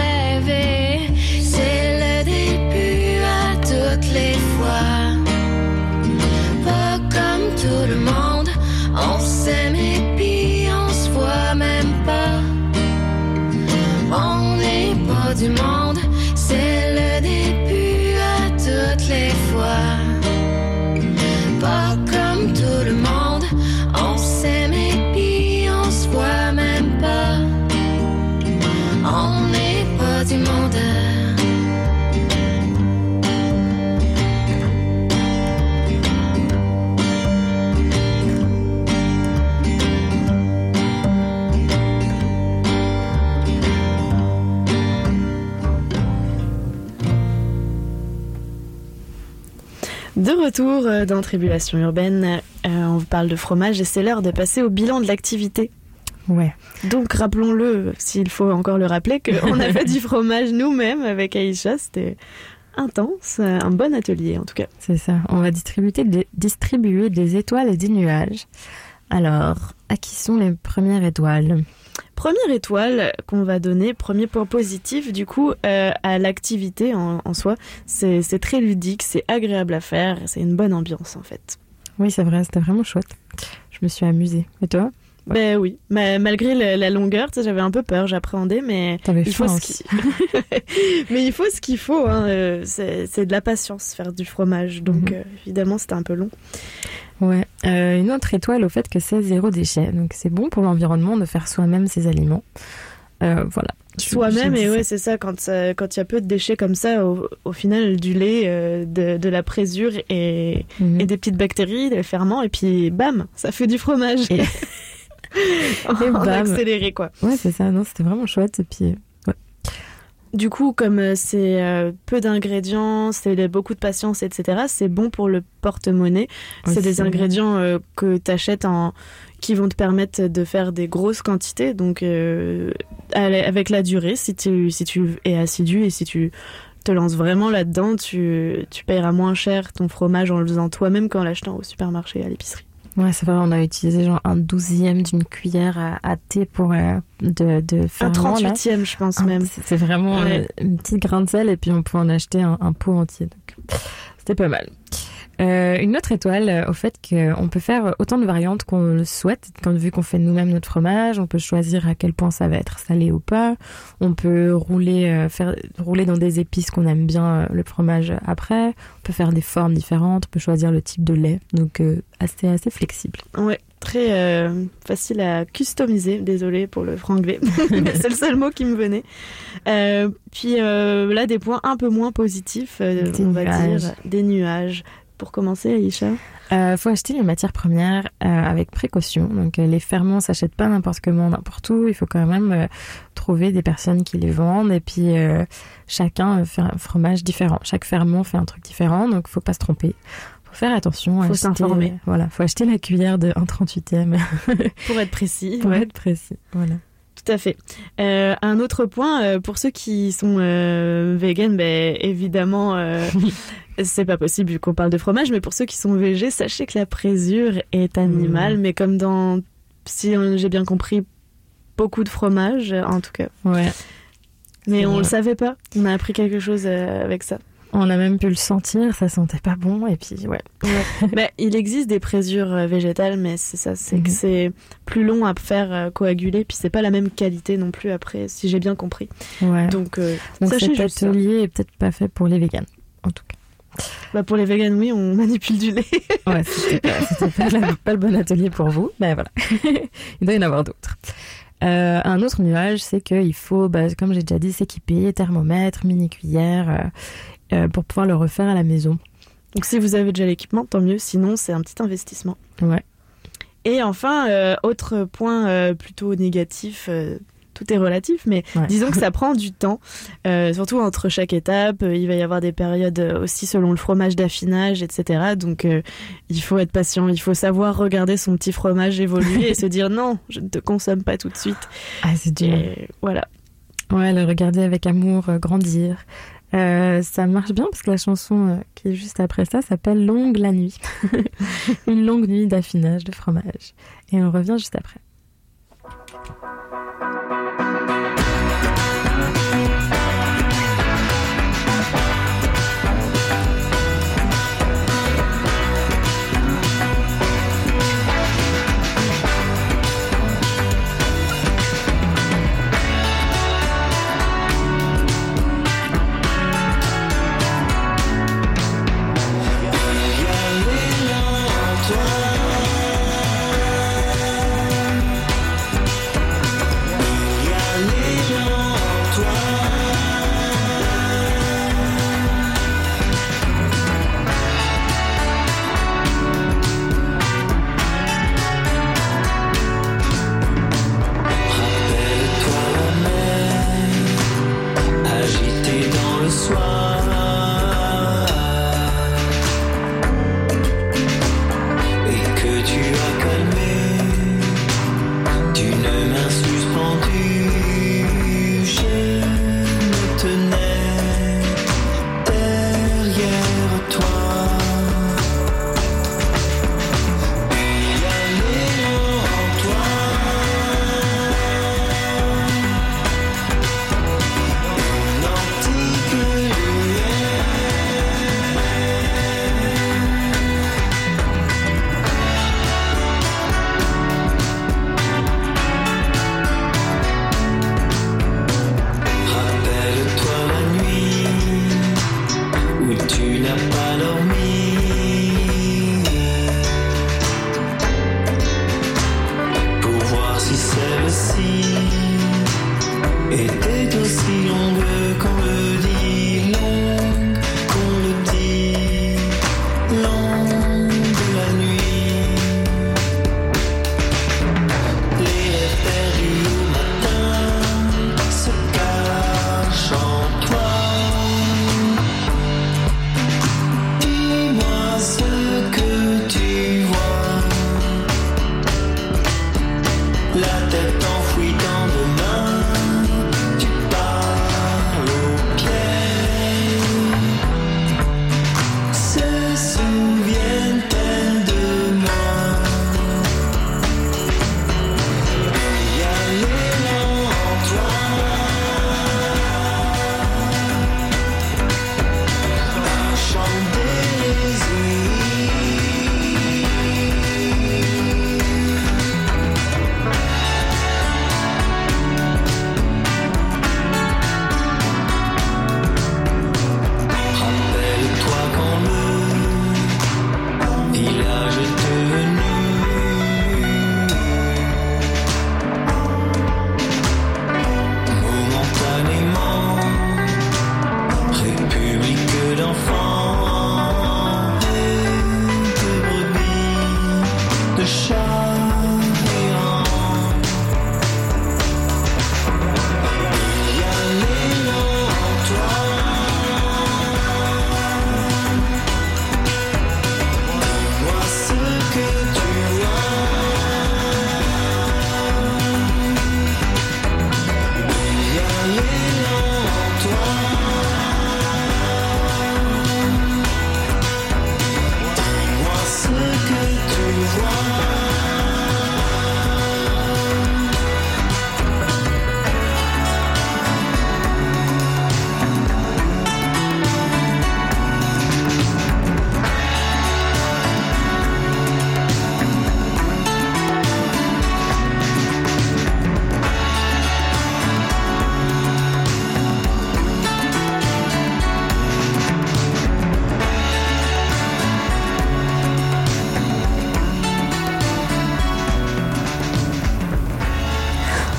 les fois. Pas comme tout le monde, on s'aime et puis on se voit même pas. On n'est pas du monde, c'est le début à toutes les fois. Pas comme tout le monde, on s'aime et puis on se voit même pas. On n'est pas du monde. De retour dans Tribulation Urbaine, on vous parle de fromage et c'est l'heure de passer au bilan de l'activité. Ouais. Donc rappelons-le, s'il faut encore le rappeler, qu'on a fait du fromage nous-mêmes avec Aïcha, c'était intense, un bon atelier en tout cas. C'est ça, on va distribuer des étoiles et des nuages. Alors, à qui sont les premières étoiles ? Première étoile qu'on va donner, premier point positif du coup à l'activité en soi, c'est très ludique, c'est agréable à faire, c'est une bonne ambiance en fait. Oui c'est vrai, c'était vraiment chouette, je me suis amusée. Et toi ? Ben oui, mais malgré la longueur, j'avais un peu peur, j'appréhendais, mais il faut mais il faut ce qu'il faut, hein, c'est de la patience faire du fromage, donc évidemment c'était un peu long. Ouais, une autre étoile au fait que c'est 0 déchet, donc c'est bon pour l'environnement de faire soi-même ses aliments. Voilà. Soi-même, et ouais, c'est ça, quand il y a peu de déchets comme ça, au final, du lait, de la présure et des petites bactéries, des ferments, et puis bam, ça fait du fromage. Et en accéléré, quoi. Ouais, c'est ça, non, c'était vraiment chouette, et puis... Ouais. Du coup, comme c'est peu d'ingrédients, c'est beaucoup de patience, etc., c'est bon pour le porte-monnaie. Ouais, c'est des ingrédients que tu achètes qui vont te permettre de faire des grosses quantités. Donc, avec la durée, si tu es assidu et si tu te lances vraiment là-dedans, tu paieras moins cher ton fromage en le faisant toi-même qu'en l'achetant au supermarché, à l'épicerie. Ouais, c'est vrai, on a utilisé genre 1/12e d'une cuillère à thé pour de faire un 38e, je pense même. C'est vraiment une petite grain de sel et puis on peut en acheter un pot entier. Donc, c'était pas mal. Une autre étoile au fait qu'on peut faire autant de variantes qu'on le souhaite. Vu qu'on fait nous-mêmes notre fromage, on peut choisir à quel point ça va être salé ou pas. On peut faire rouler dans des épices qu'on aime bien le fromage après. On peut faire des formes différentes. On peut choisir le type de lait. Donc assez flexible. Ouais. Très facile à customiser, désolée pour le franglais, c'est le seul mot qui me venait. Puis là, des points un peu moins positifs, on va dire, des nuages. Pour commencer, Aïcha, faut acheter les matières premières avec précaution. Donc les ferments s'achètent pas n'importe comment, n'importe où. Il faut quand même trouver des personnes qui les vendent. Et puis chacun fait un fromage différent. Chaque ferment fait un truc différent, donc faut pas se tromper. Faut faire attention. Faut s'informer. Voilà, faut acheter la cuillère de 1/38e. Pour être précis. Pour être précis, voilà. Tout à fait. Un autre point, pour ceux qui sont véganes, évidemment, c'est pas possible vu qu'on parle de fromage, mais pour ceux qui sont végés, sachez que la présure est animale, mais comme dans, si j'ai bien compris, beaucoup de fromages, en tout cas. Ouais. Mais on le savait pas. On a appris quelque chose avec ça. On a même pu le sentir, ça sentait pas bon, et puis ouais. Il existe des présures végétales, mais c'est ça, c'est que c'est plus long à faire coaguler, puis c'est pas la même qualité non plus après, si j'ai bien compris. Ouais. Donc cet atelier est peut-être pas fait pour les véganes, en tout cas. Pour les véganes, oui, on manipule du lait. Ouais, c'était pas le bon atelier pour vous, mais voilà. Il doit y en avoir d'autres. Un autre nuage, c'est qu'il faut, comme j'ai déjà dit, s'équiper, thermomètre, mini-cuillère, pour pouvoir le refaire à la maison. Donc si vous avez déjà l'équipement, tant mieux, sinon c'est un petit investissement. Ouais. Et enfin, autre point plutôt négatif, tout est relatif, mais disons que ça prend du temps, surtout entre chaque étape. Il va y avoir des périodes aussi selon le fromage d'affinage, etc. Donc il faut être patient, il faut savoir regarder son petit fromage évoluer et se dire non, je ne te consomme pas tout de suite. Ah, c'est dur. Et voilà. Ouais, le regarder avec amour, grandir. Ça marche bien parce que la chanson qui est juste après ça s'appelle Longue la nuit. Une longue nuit d'affinage de fromage. Et on revient juste après.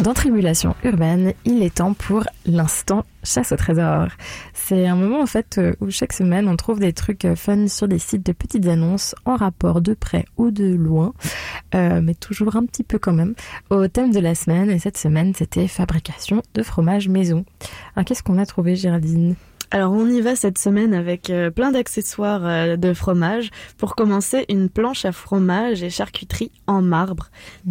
Dans Tribulation urbaine, il est temps pour l'instant chasse au trésor. C'est un moment en fait où chaque semaine on trouve des trucs fun sur des sites de petites annonces en rapport de près ou de loin, mais toujours un petit peu quand même, au thème de la semaine. Et cette semaine, c'était fabrication de fromage maison. Alors qu'est-ce qu'on a trouvé, Géraldine ? Alors on y va cette semaine avec plein d'accessoires de fromage. Pour commencer, une planche à fromage et charcuterie en marbre,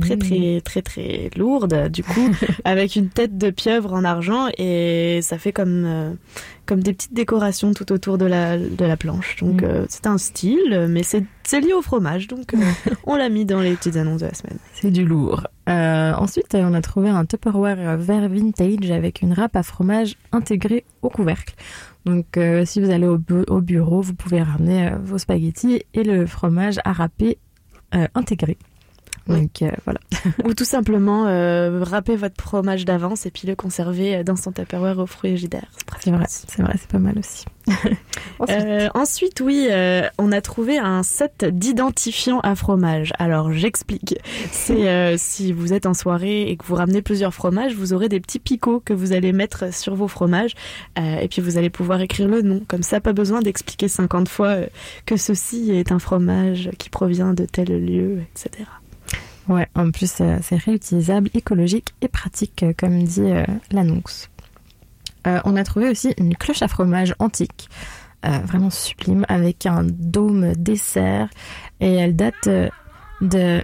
très lourde du coup, avec une tête de pieuvre en argent, et ça fait comme des petites décorations tout autour de la planche. Donc c'est un style, mais c'est lié au fromage, donc on l'a mis dans les petites annonces de la semaine. C'est du lourd. Ensuite, on a trouvé un Tupperware vert vintage avec une râpe à fromage intégrée au couvercle. Donc si vous allez au bureau, vous pouvez ramener vos spaghettis et le fromage à râper intégré. Donc voilà. Ou tout simplement râper votre fromage d'avance et puis le conserver dans son Tupperware au frigidaire. C'est vrai, c'est pas mal aussi. Ensuite, oui, on a trouvé un set d'identifiants à fromage. Alors, j'explique. C'est si vous êtes en soirée et que vous ramenez plusieurs fromages, vous aurez des petits picots que vous allez mettre sur vos fromages et puis vous allez pouvoir écrire le nom. Comme ça, pas besoin d'expliquer 50 fois que ceci est un fromage qui provient de tel lieu, etc. Ouais, en plus, c'est réutilisable, écologique et pratique, comme dit l'annonce. On a trouvé aussi une cloche à fromage antique, vraiment sublime, avec un dôme dessert, et elle date de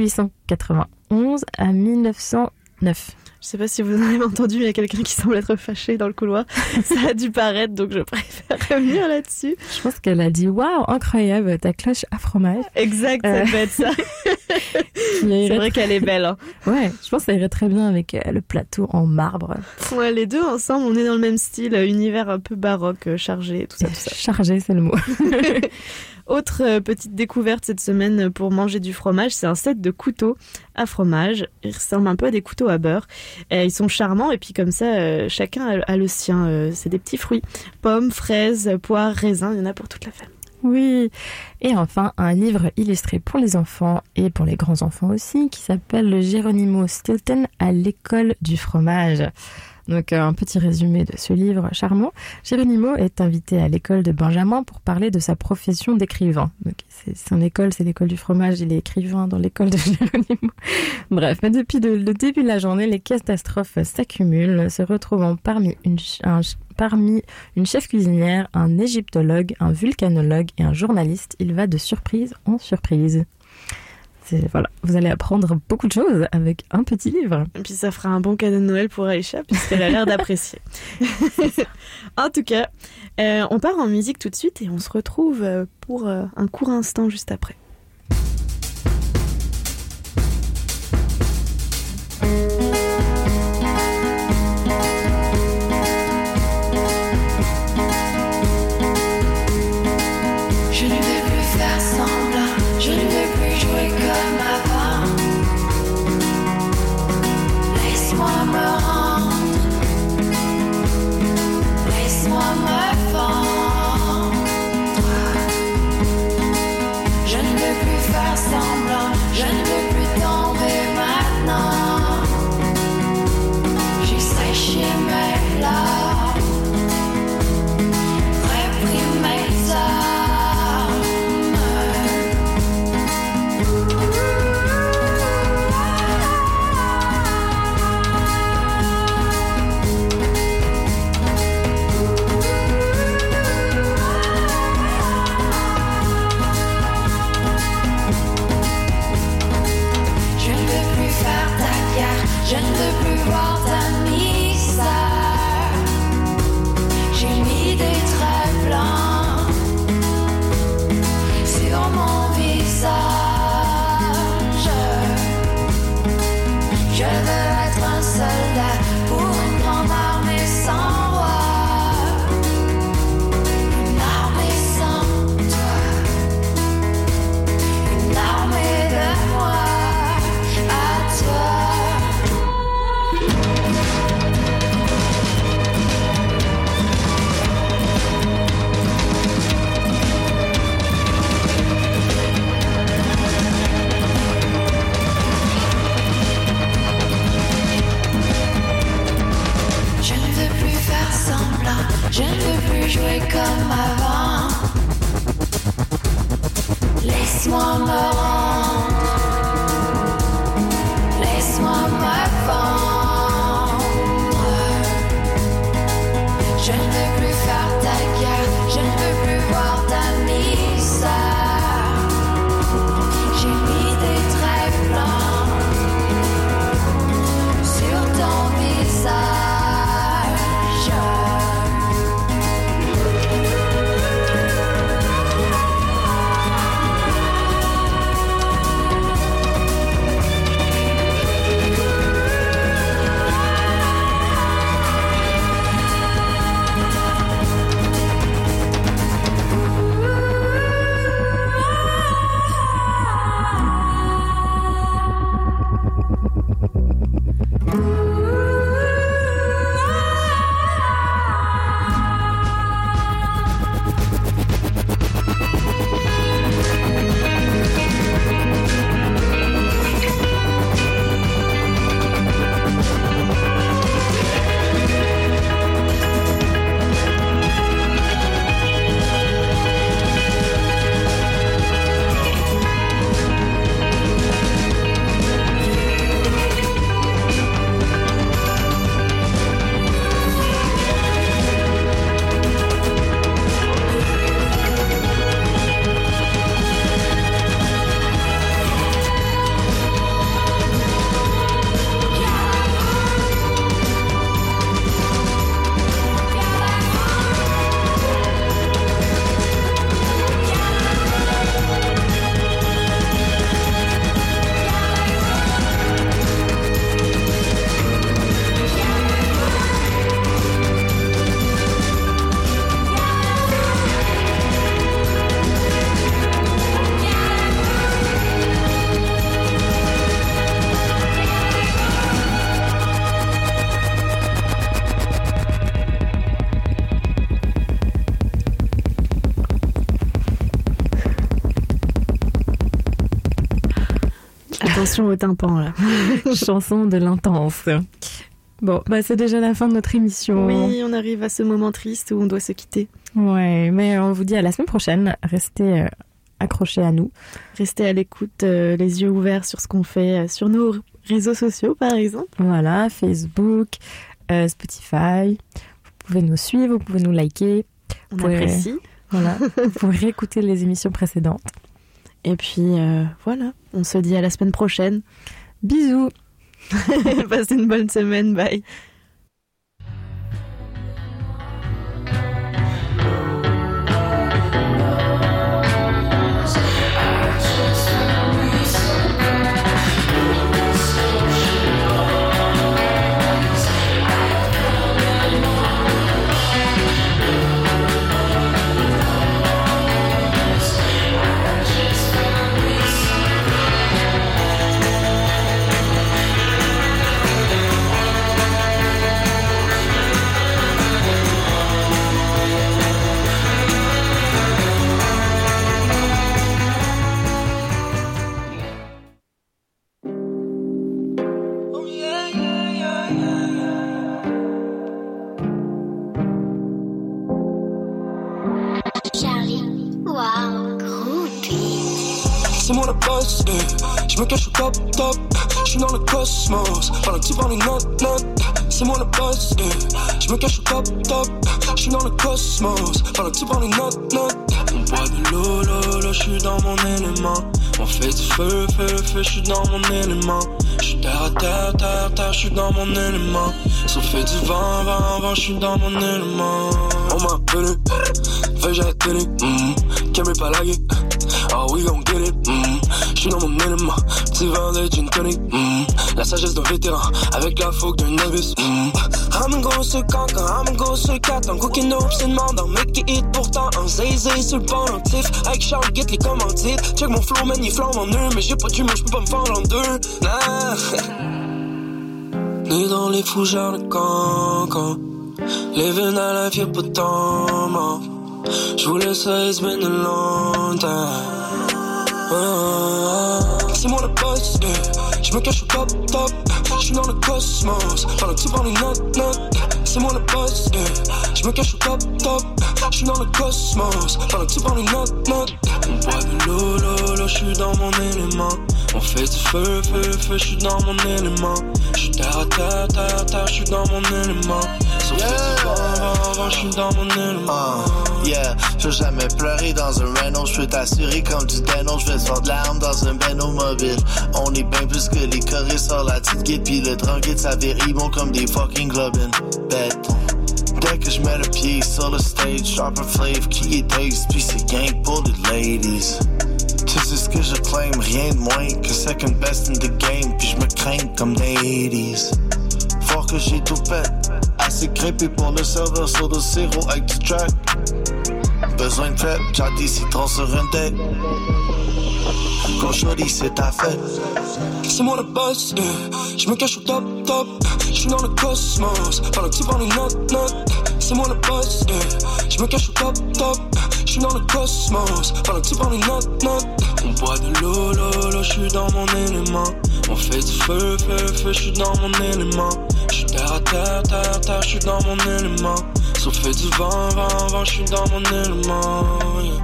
1891 à 1909. Je sais pas si vous en avez entendu, il y a quelqu'un qui semble être fâché dans le couloir. Ça a dû paraître, donc je préfère revenir là-dessus. Je pense qu'elle a dit « Waouh, incroyable, ta cloche à fromage ». Exact, ça peut être ça. C'est vrai qu'elle est belle. Hein. Ouais, je pense que ça irait très bien avec le plateau en marbre. Ouais, les deux ensemble, on est dans le même style, univers un peu baroque, chargé, tout ça. Chargé, c'est le mot. Autre petite découverte cette semaine pour manger du fromage, c'est un set de couteaux à fromage. Ils ressemblent un peu à des couteaux à beurre. Ils sont charmants et puis comme ça, chacun a le sien. C'est des petits fruits. Pommes, fraises, poires, raisins, il y en a pour toute la famille. Oui. Et enfin, un livre illustré pour les enfants et pour les grands-enfants aussi, qui s'appelle le Geronimo Stilton à l'école du fromage. Donc un petit résumé de ce livre charmant. Geronimo est invité à l'école de Benjamin pour parler de sa profession d'écrivain. Donc son école, c'est l'école du fromage, il est écrivain dans l'école de Geronimo. Bref, mais depuis le début de la journée, les catastrophes s'accumulent, se retrouvant parmi une chef cuisinière, un égyptologue, un vulcanologue et un journaliste. Il va de surprise en surprise. Voilà, vous allez apprendre beaucoup de choses avec un petit livre. Et puis ça fera un bon cadeau de Noël pour Aïcha, puisqu'elle a l'air d'apprécier. En tout cas, on part en musique tout de suite et on se retrouve pour un court instant juste après. Je ne vais plus faire semblant, je ne vais plus jouer comme avant. Laisse-moi me rendre, laisse-moi me fendre. Je ne plus jouer comme avant. Laisse-moi me rendre. Laisse-moi me vendre. Je ne veux plus faire ta guerre. Je ne veux plus voir ta misère. J'ai mis des traits blancs sur ton visage. Attention au tympan là. Chanson de l'intense. Bon, bah c'est déjà la fin de notre émission. Oui, on arrive à ce moment triste où on doit se quitter. Ouais, mais on vous dit à la semaine prochaine. Restez accrochés à nous. Restez à l'écoute, les yeux ouverts sur ce qu'on fait sur nos réseaux sociaux par exemple. Voilà, Facebook, Spotify. Vous pouvez nous suivre, vous pouvez nous liker. On apprécie. Voilà, vous pouvez réécouter les émissions précédentes. Et puis voilà, on se dit à la semaine prochaine. Bisous. Passez une bonne semaine, bye. C'est moi le boss, je me cache au top, je suis dans le cosmos, pendant que tu prends les notes, c'est moi le boss, je me cache au top, je suis dans le cosmos, pendant que tu prends les notes, on boit de l'eau, je suis dans mon élément, on fait du feu, je suis dans mon élément, je suis terre à terre, je suis dans mon élément, si on fait du vent, je suis dans mon élément, on m'a appelé, fait que j'ai la télé, qu'elle m'est pas laguée. Oh we gon' get it, j'suis dans mon élément, petit verre de gin tonic, la sagesse d'un vétéran, avec la fougue d'un novice, I'm go sur caca, I'm go sur 4 en cooking up, c'est demandant, mec qui hit pourtant en zay-zay sur le pendentif, avec Charles Guette les commandites, check mon flow man, il flambe en eux, mais j'ai pas d'humour, j'peux pas me fendre en deux, nah. Né dans les fougères de cancan, living à la vie, pas de temps mort. J'voulais ça, it's been a long time. C'est moi le boss, Je me cache au top, top, je suis dans le cosmos. Pendant que tu prends les notes, c'est moi le boss, yeah. Je me cache au top, top, je suis dans le cosmos. Pendant que tu prends les notes. On boit de l'eau, je suis dans mon élément. On fait du feu, je suis dans mon élément. Je suis terre à terre, je suis dans mon élément. Sauf que du vent, je suis dans mon élément. Yeah, je vais jamais pleurer dans un Renault. Je peux t'assurer comme du Dano. Je vais te faire de l'arme dans un Beno mobile. On est bien plus que les choristes sur la petite guide. Pis le tranquille s'avère bon comme des fucking globins. Béton. Dès que je mets le pied sur le stage, drop un flave qui est taste, puis c'est gang pour les ladies. Tu sais ce que je claim, rien de moins que second best in the game, puis je me crains comme des 80s. Fort que j'ai tout pète, assez crépé pour le serveur sur le zéro avec du track. Besoin de faible, j'ai des citrons sur un deck. Quand shorty c'est ta fête. C'est moi le boss, yeah. Je me cache au top, top, je suis dans le cosmos. Pendant que tu prends les notes, c'est moi le boss, yeah. Je me cache au top, top, je suis dans le cosmos. Pendant que tu prends les notes. On boit de l'eau, je suis dans mon élément. On fait du feu, je suis dans mon élément. Je suis terre à terre, je suis dans mon élément. Sauf fait du vent, je suis dans mon élément, yeah.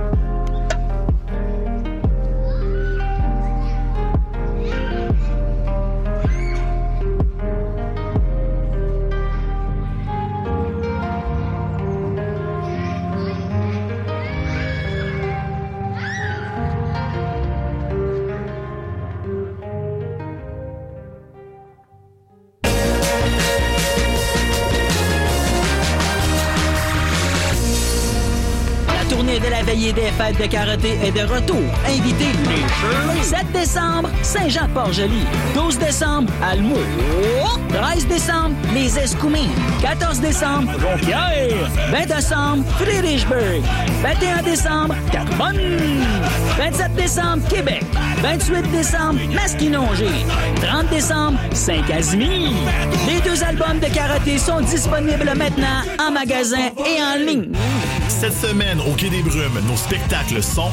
De la veillée des fêtes de karaté est de retour. Invitez les 7 décembre, Saint-Jean-de-Port-Joli. 12 décembre, Almou. 13 décembre, les Escoumins. 14 décembre, Jonquière. 20 décembre, Friedrichsburg. 21 décembre, Carbonne. 27 décembre, Québec. 28 décembre, Masquinongé. 30 décembre, Saint-Casimir. Les 2 albums de karaté sont disponibles maintenant en magasin et en ligne. Cette semaine, au Quai des Brumes, nos spectacles sont...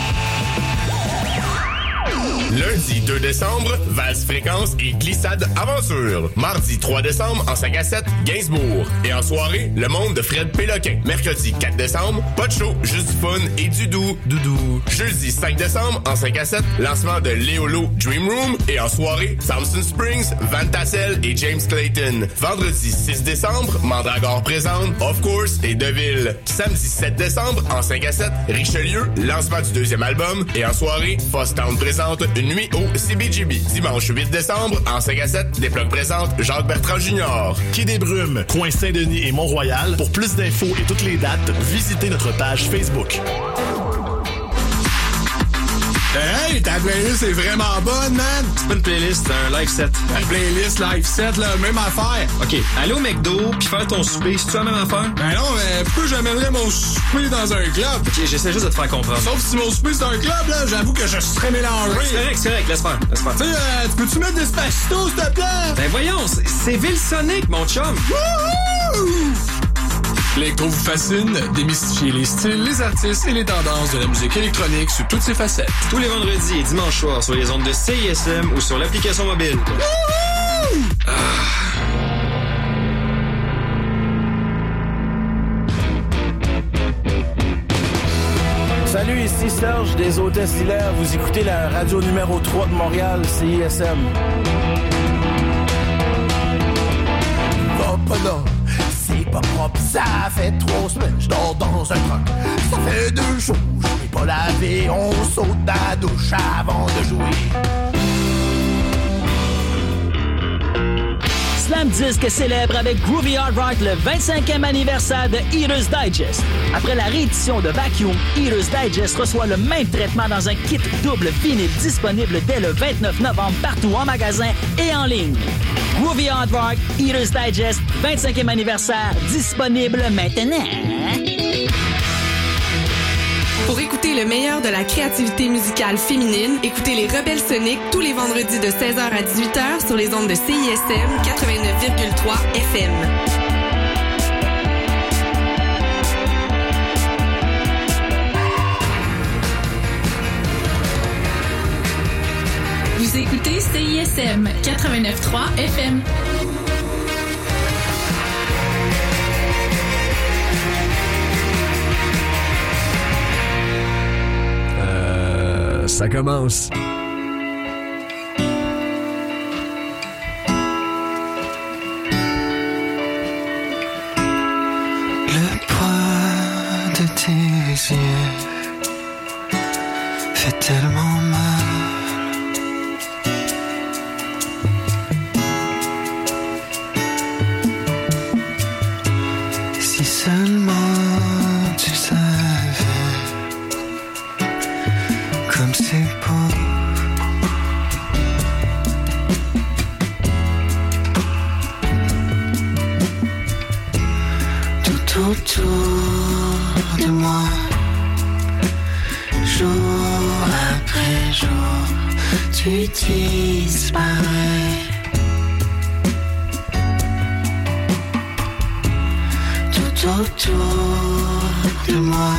Lundi 2 décembre, Valse Fréquence et Glissade Aventure. Mardi 3 décembre, en 5 à 7, Gainsbourg. Et en soirée, Le Monde de Fred Péloquin. Mercredi 4 décembre, pas de show, juste du fun et du doudou. Jeudi 5 décembre, en 5 à 7, lancement de Léolo Dream Room. Et en soirée, Thompson Springs, Van Tassel et James Clayton. Vendredi 6 décembre, Mandragore présente Of Course et Deville. Samedi 7 décembre, en 5 à 7, Richelieu, lancement du 2e album. Et en soirée, Fosstown présente Une nuit au CBGB. Dimanche 8 décembre, en 5 à 7, des plugs présente Jacques Bertrand Jr. Quai des Brumes, coin Saint-Denis et Mont-Royal. Pour plus d'infos et toutes les dates, visitez notre page Facebook. Hey, ta playlist est vraiment bonne, man! C'est pas une playlist, c'est un live set. La playlist, live set, là, même affaire. OK, aller au McDo puis faire ton souper, c'est-tu la même affaire? Ben non, mais pourquoi j'amènerais mon souper dans un club? OK, j'essaie juste de te faire comprendre. Sauf si mon souper c'est un club, là, j'avoue que je serais mélangé. C'est correct, laisse faire. Tu sais, tu peux-tu mettre des Despacito, s'il te plaît? Ben voyons, c'est Ville-Sonic, mon chum! Wouhou! L'électro vous fascine? Démystifiez les styles, les artistes et les tendances de la musique électronique sous toutes ses facettes. Tous les vendredis et dimanches soirs sur les ondes de CISM ou sur l'application mobile. Salut, ici Serge des Hôtesses Hilaire. Vous écoutez la radio numéro 3 de Montréal, CISM. Oh, pas non. C'est pas propre, ça fait 3 semaines, je dors dans un troc. Ça fait 2 jours, je n'ai pas lavé, on saute dans la douche avant de jouer. Slam Disc célèbre avec Groovy Hard Rock le 25e anniversaire de Eater's Digest. Après la réédition de Vacuum, Eater's Digest reçoit le même traitement dans un kit double vinyle disponible dès le 29 novembre partout en magasin et en ligne. Groovy Hard Rock, Eater's Digest, 25e anniversaire, disponible maintenant. Pour écouter le meilleur de la créativité musicale féminine, écoutez les Rebelles Soniques tous les vendredis de 16h à 18h sur les ondes de CISM 89,3 FM. Vous Vous écoutez CISM 89.3 FM. Ça commence. Le poids de tes yeux fait tellement mal. Si seulement tu savais comme c'est beau. Tout autour de moi, jour après jour, tu disparais. Tout autour de moi,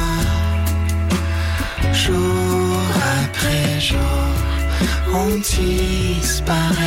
jour après jour, on disparaît.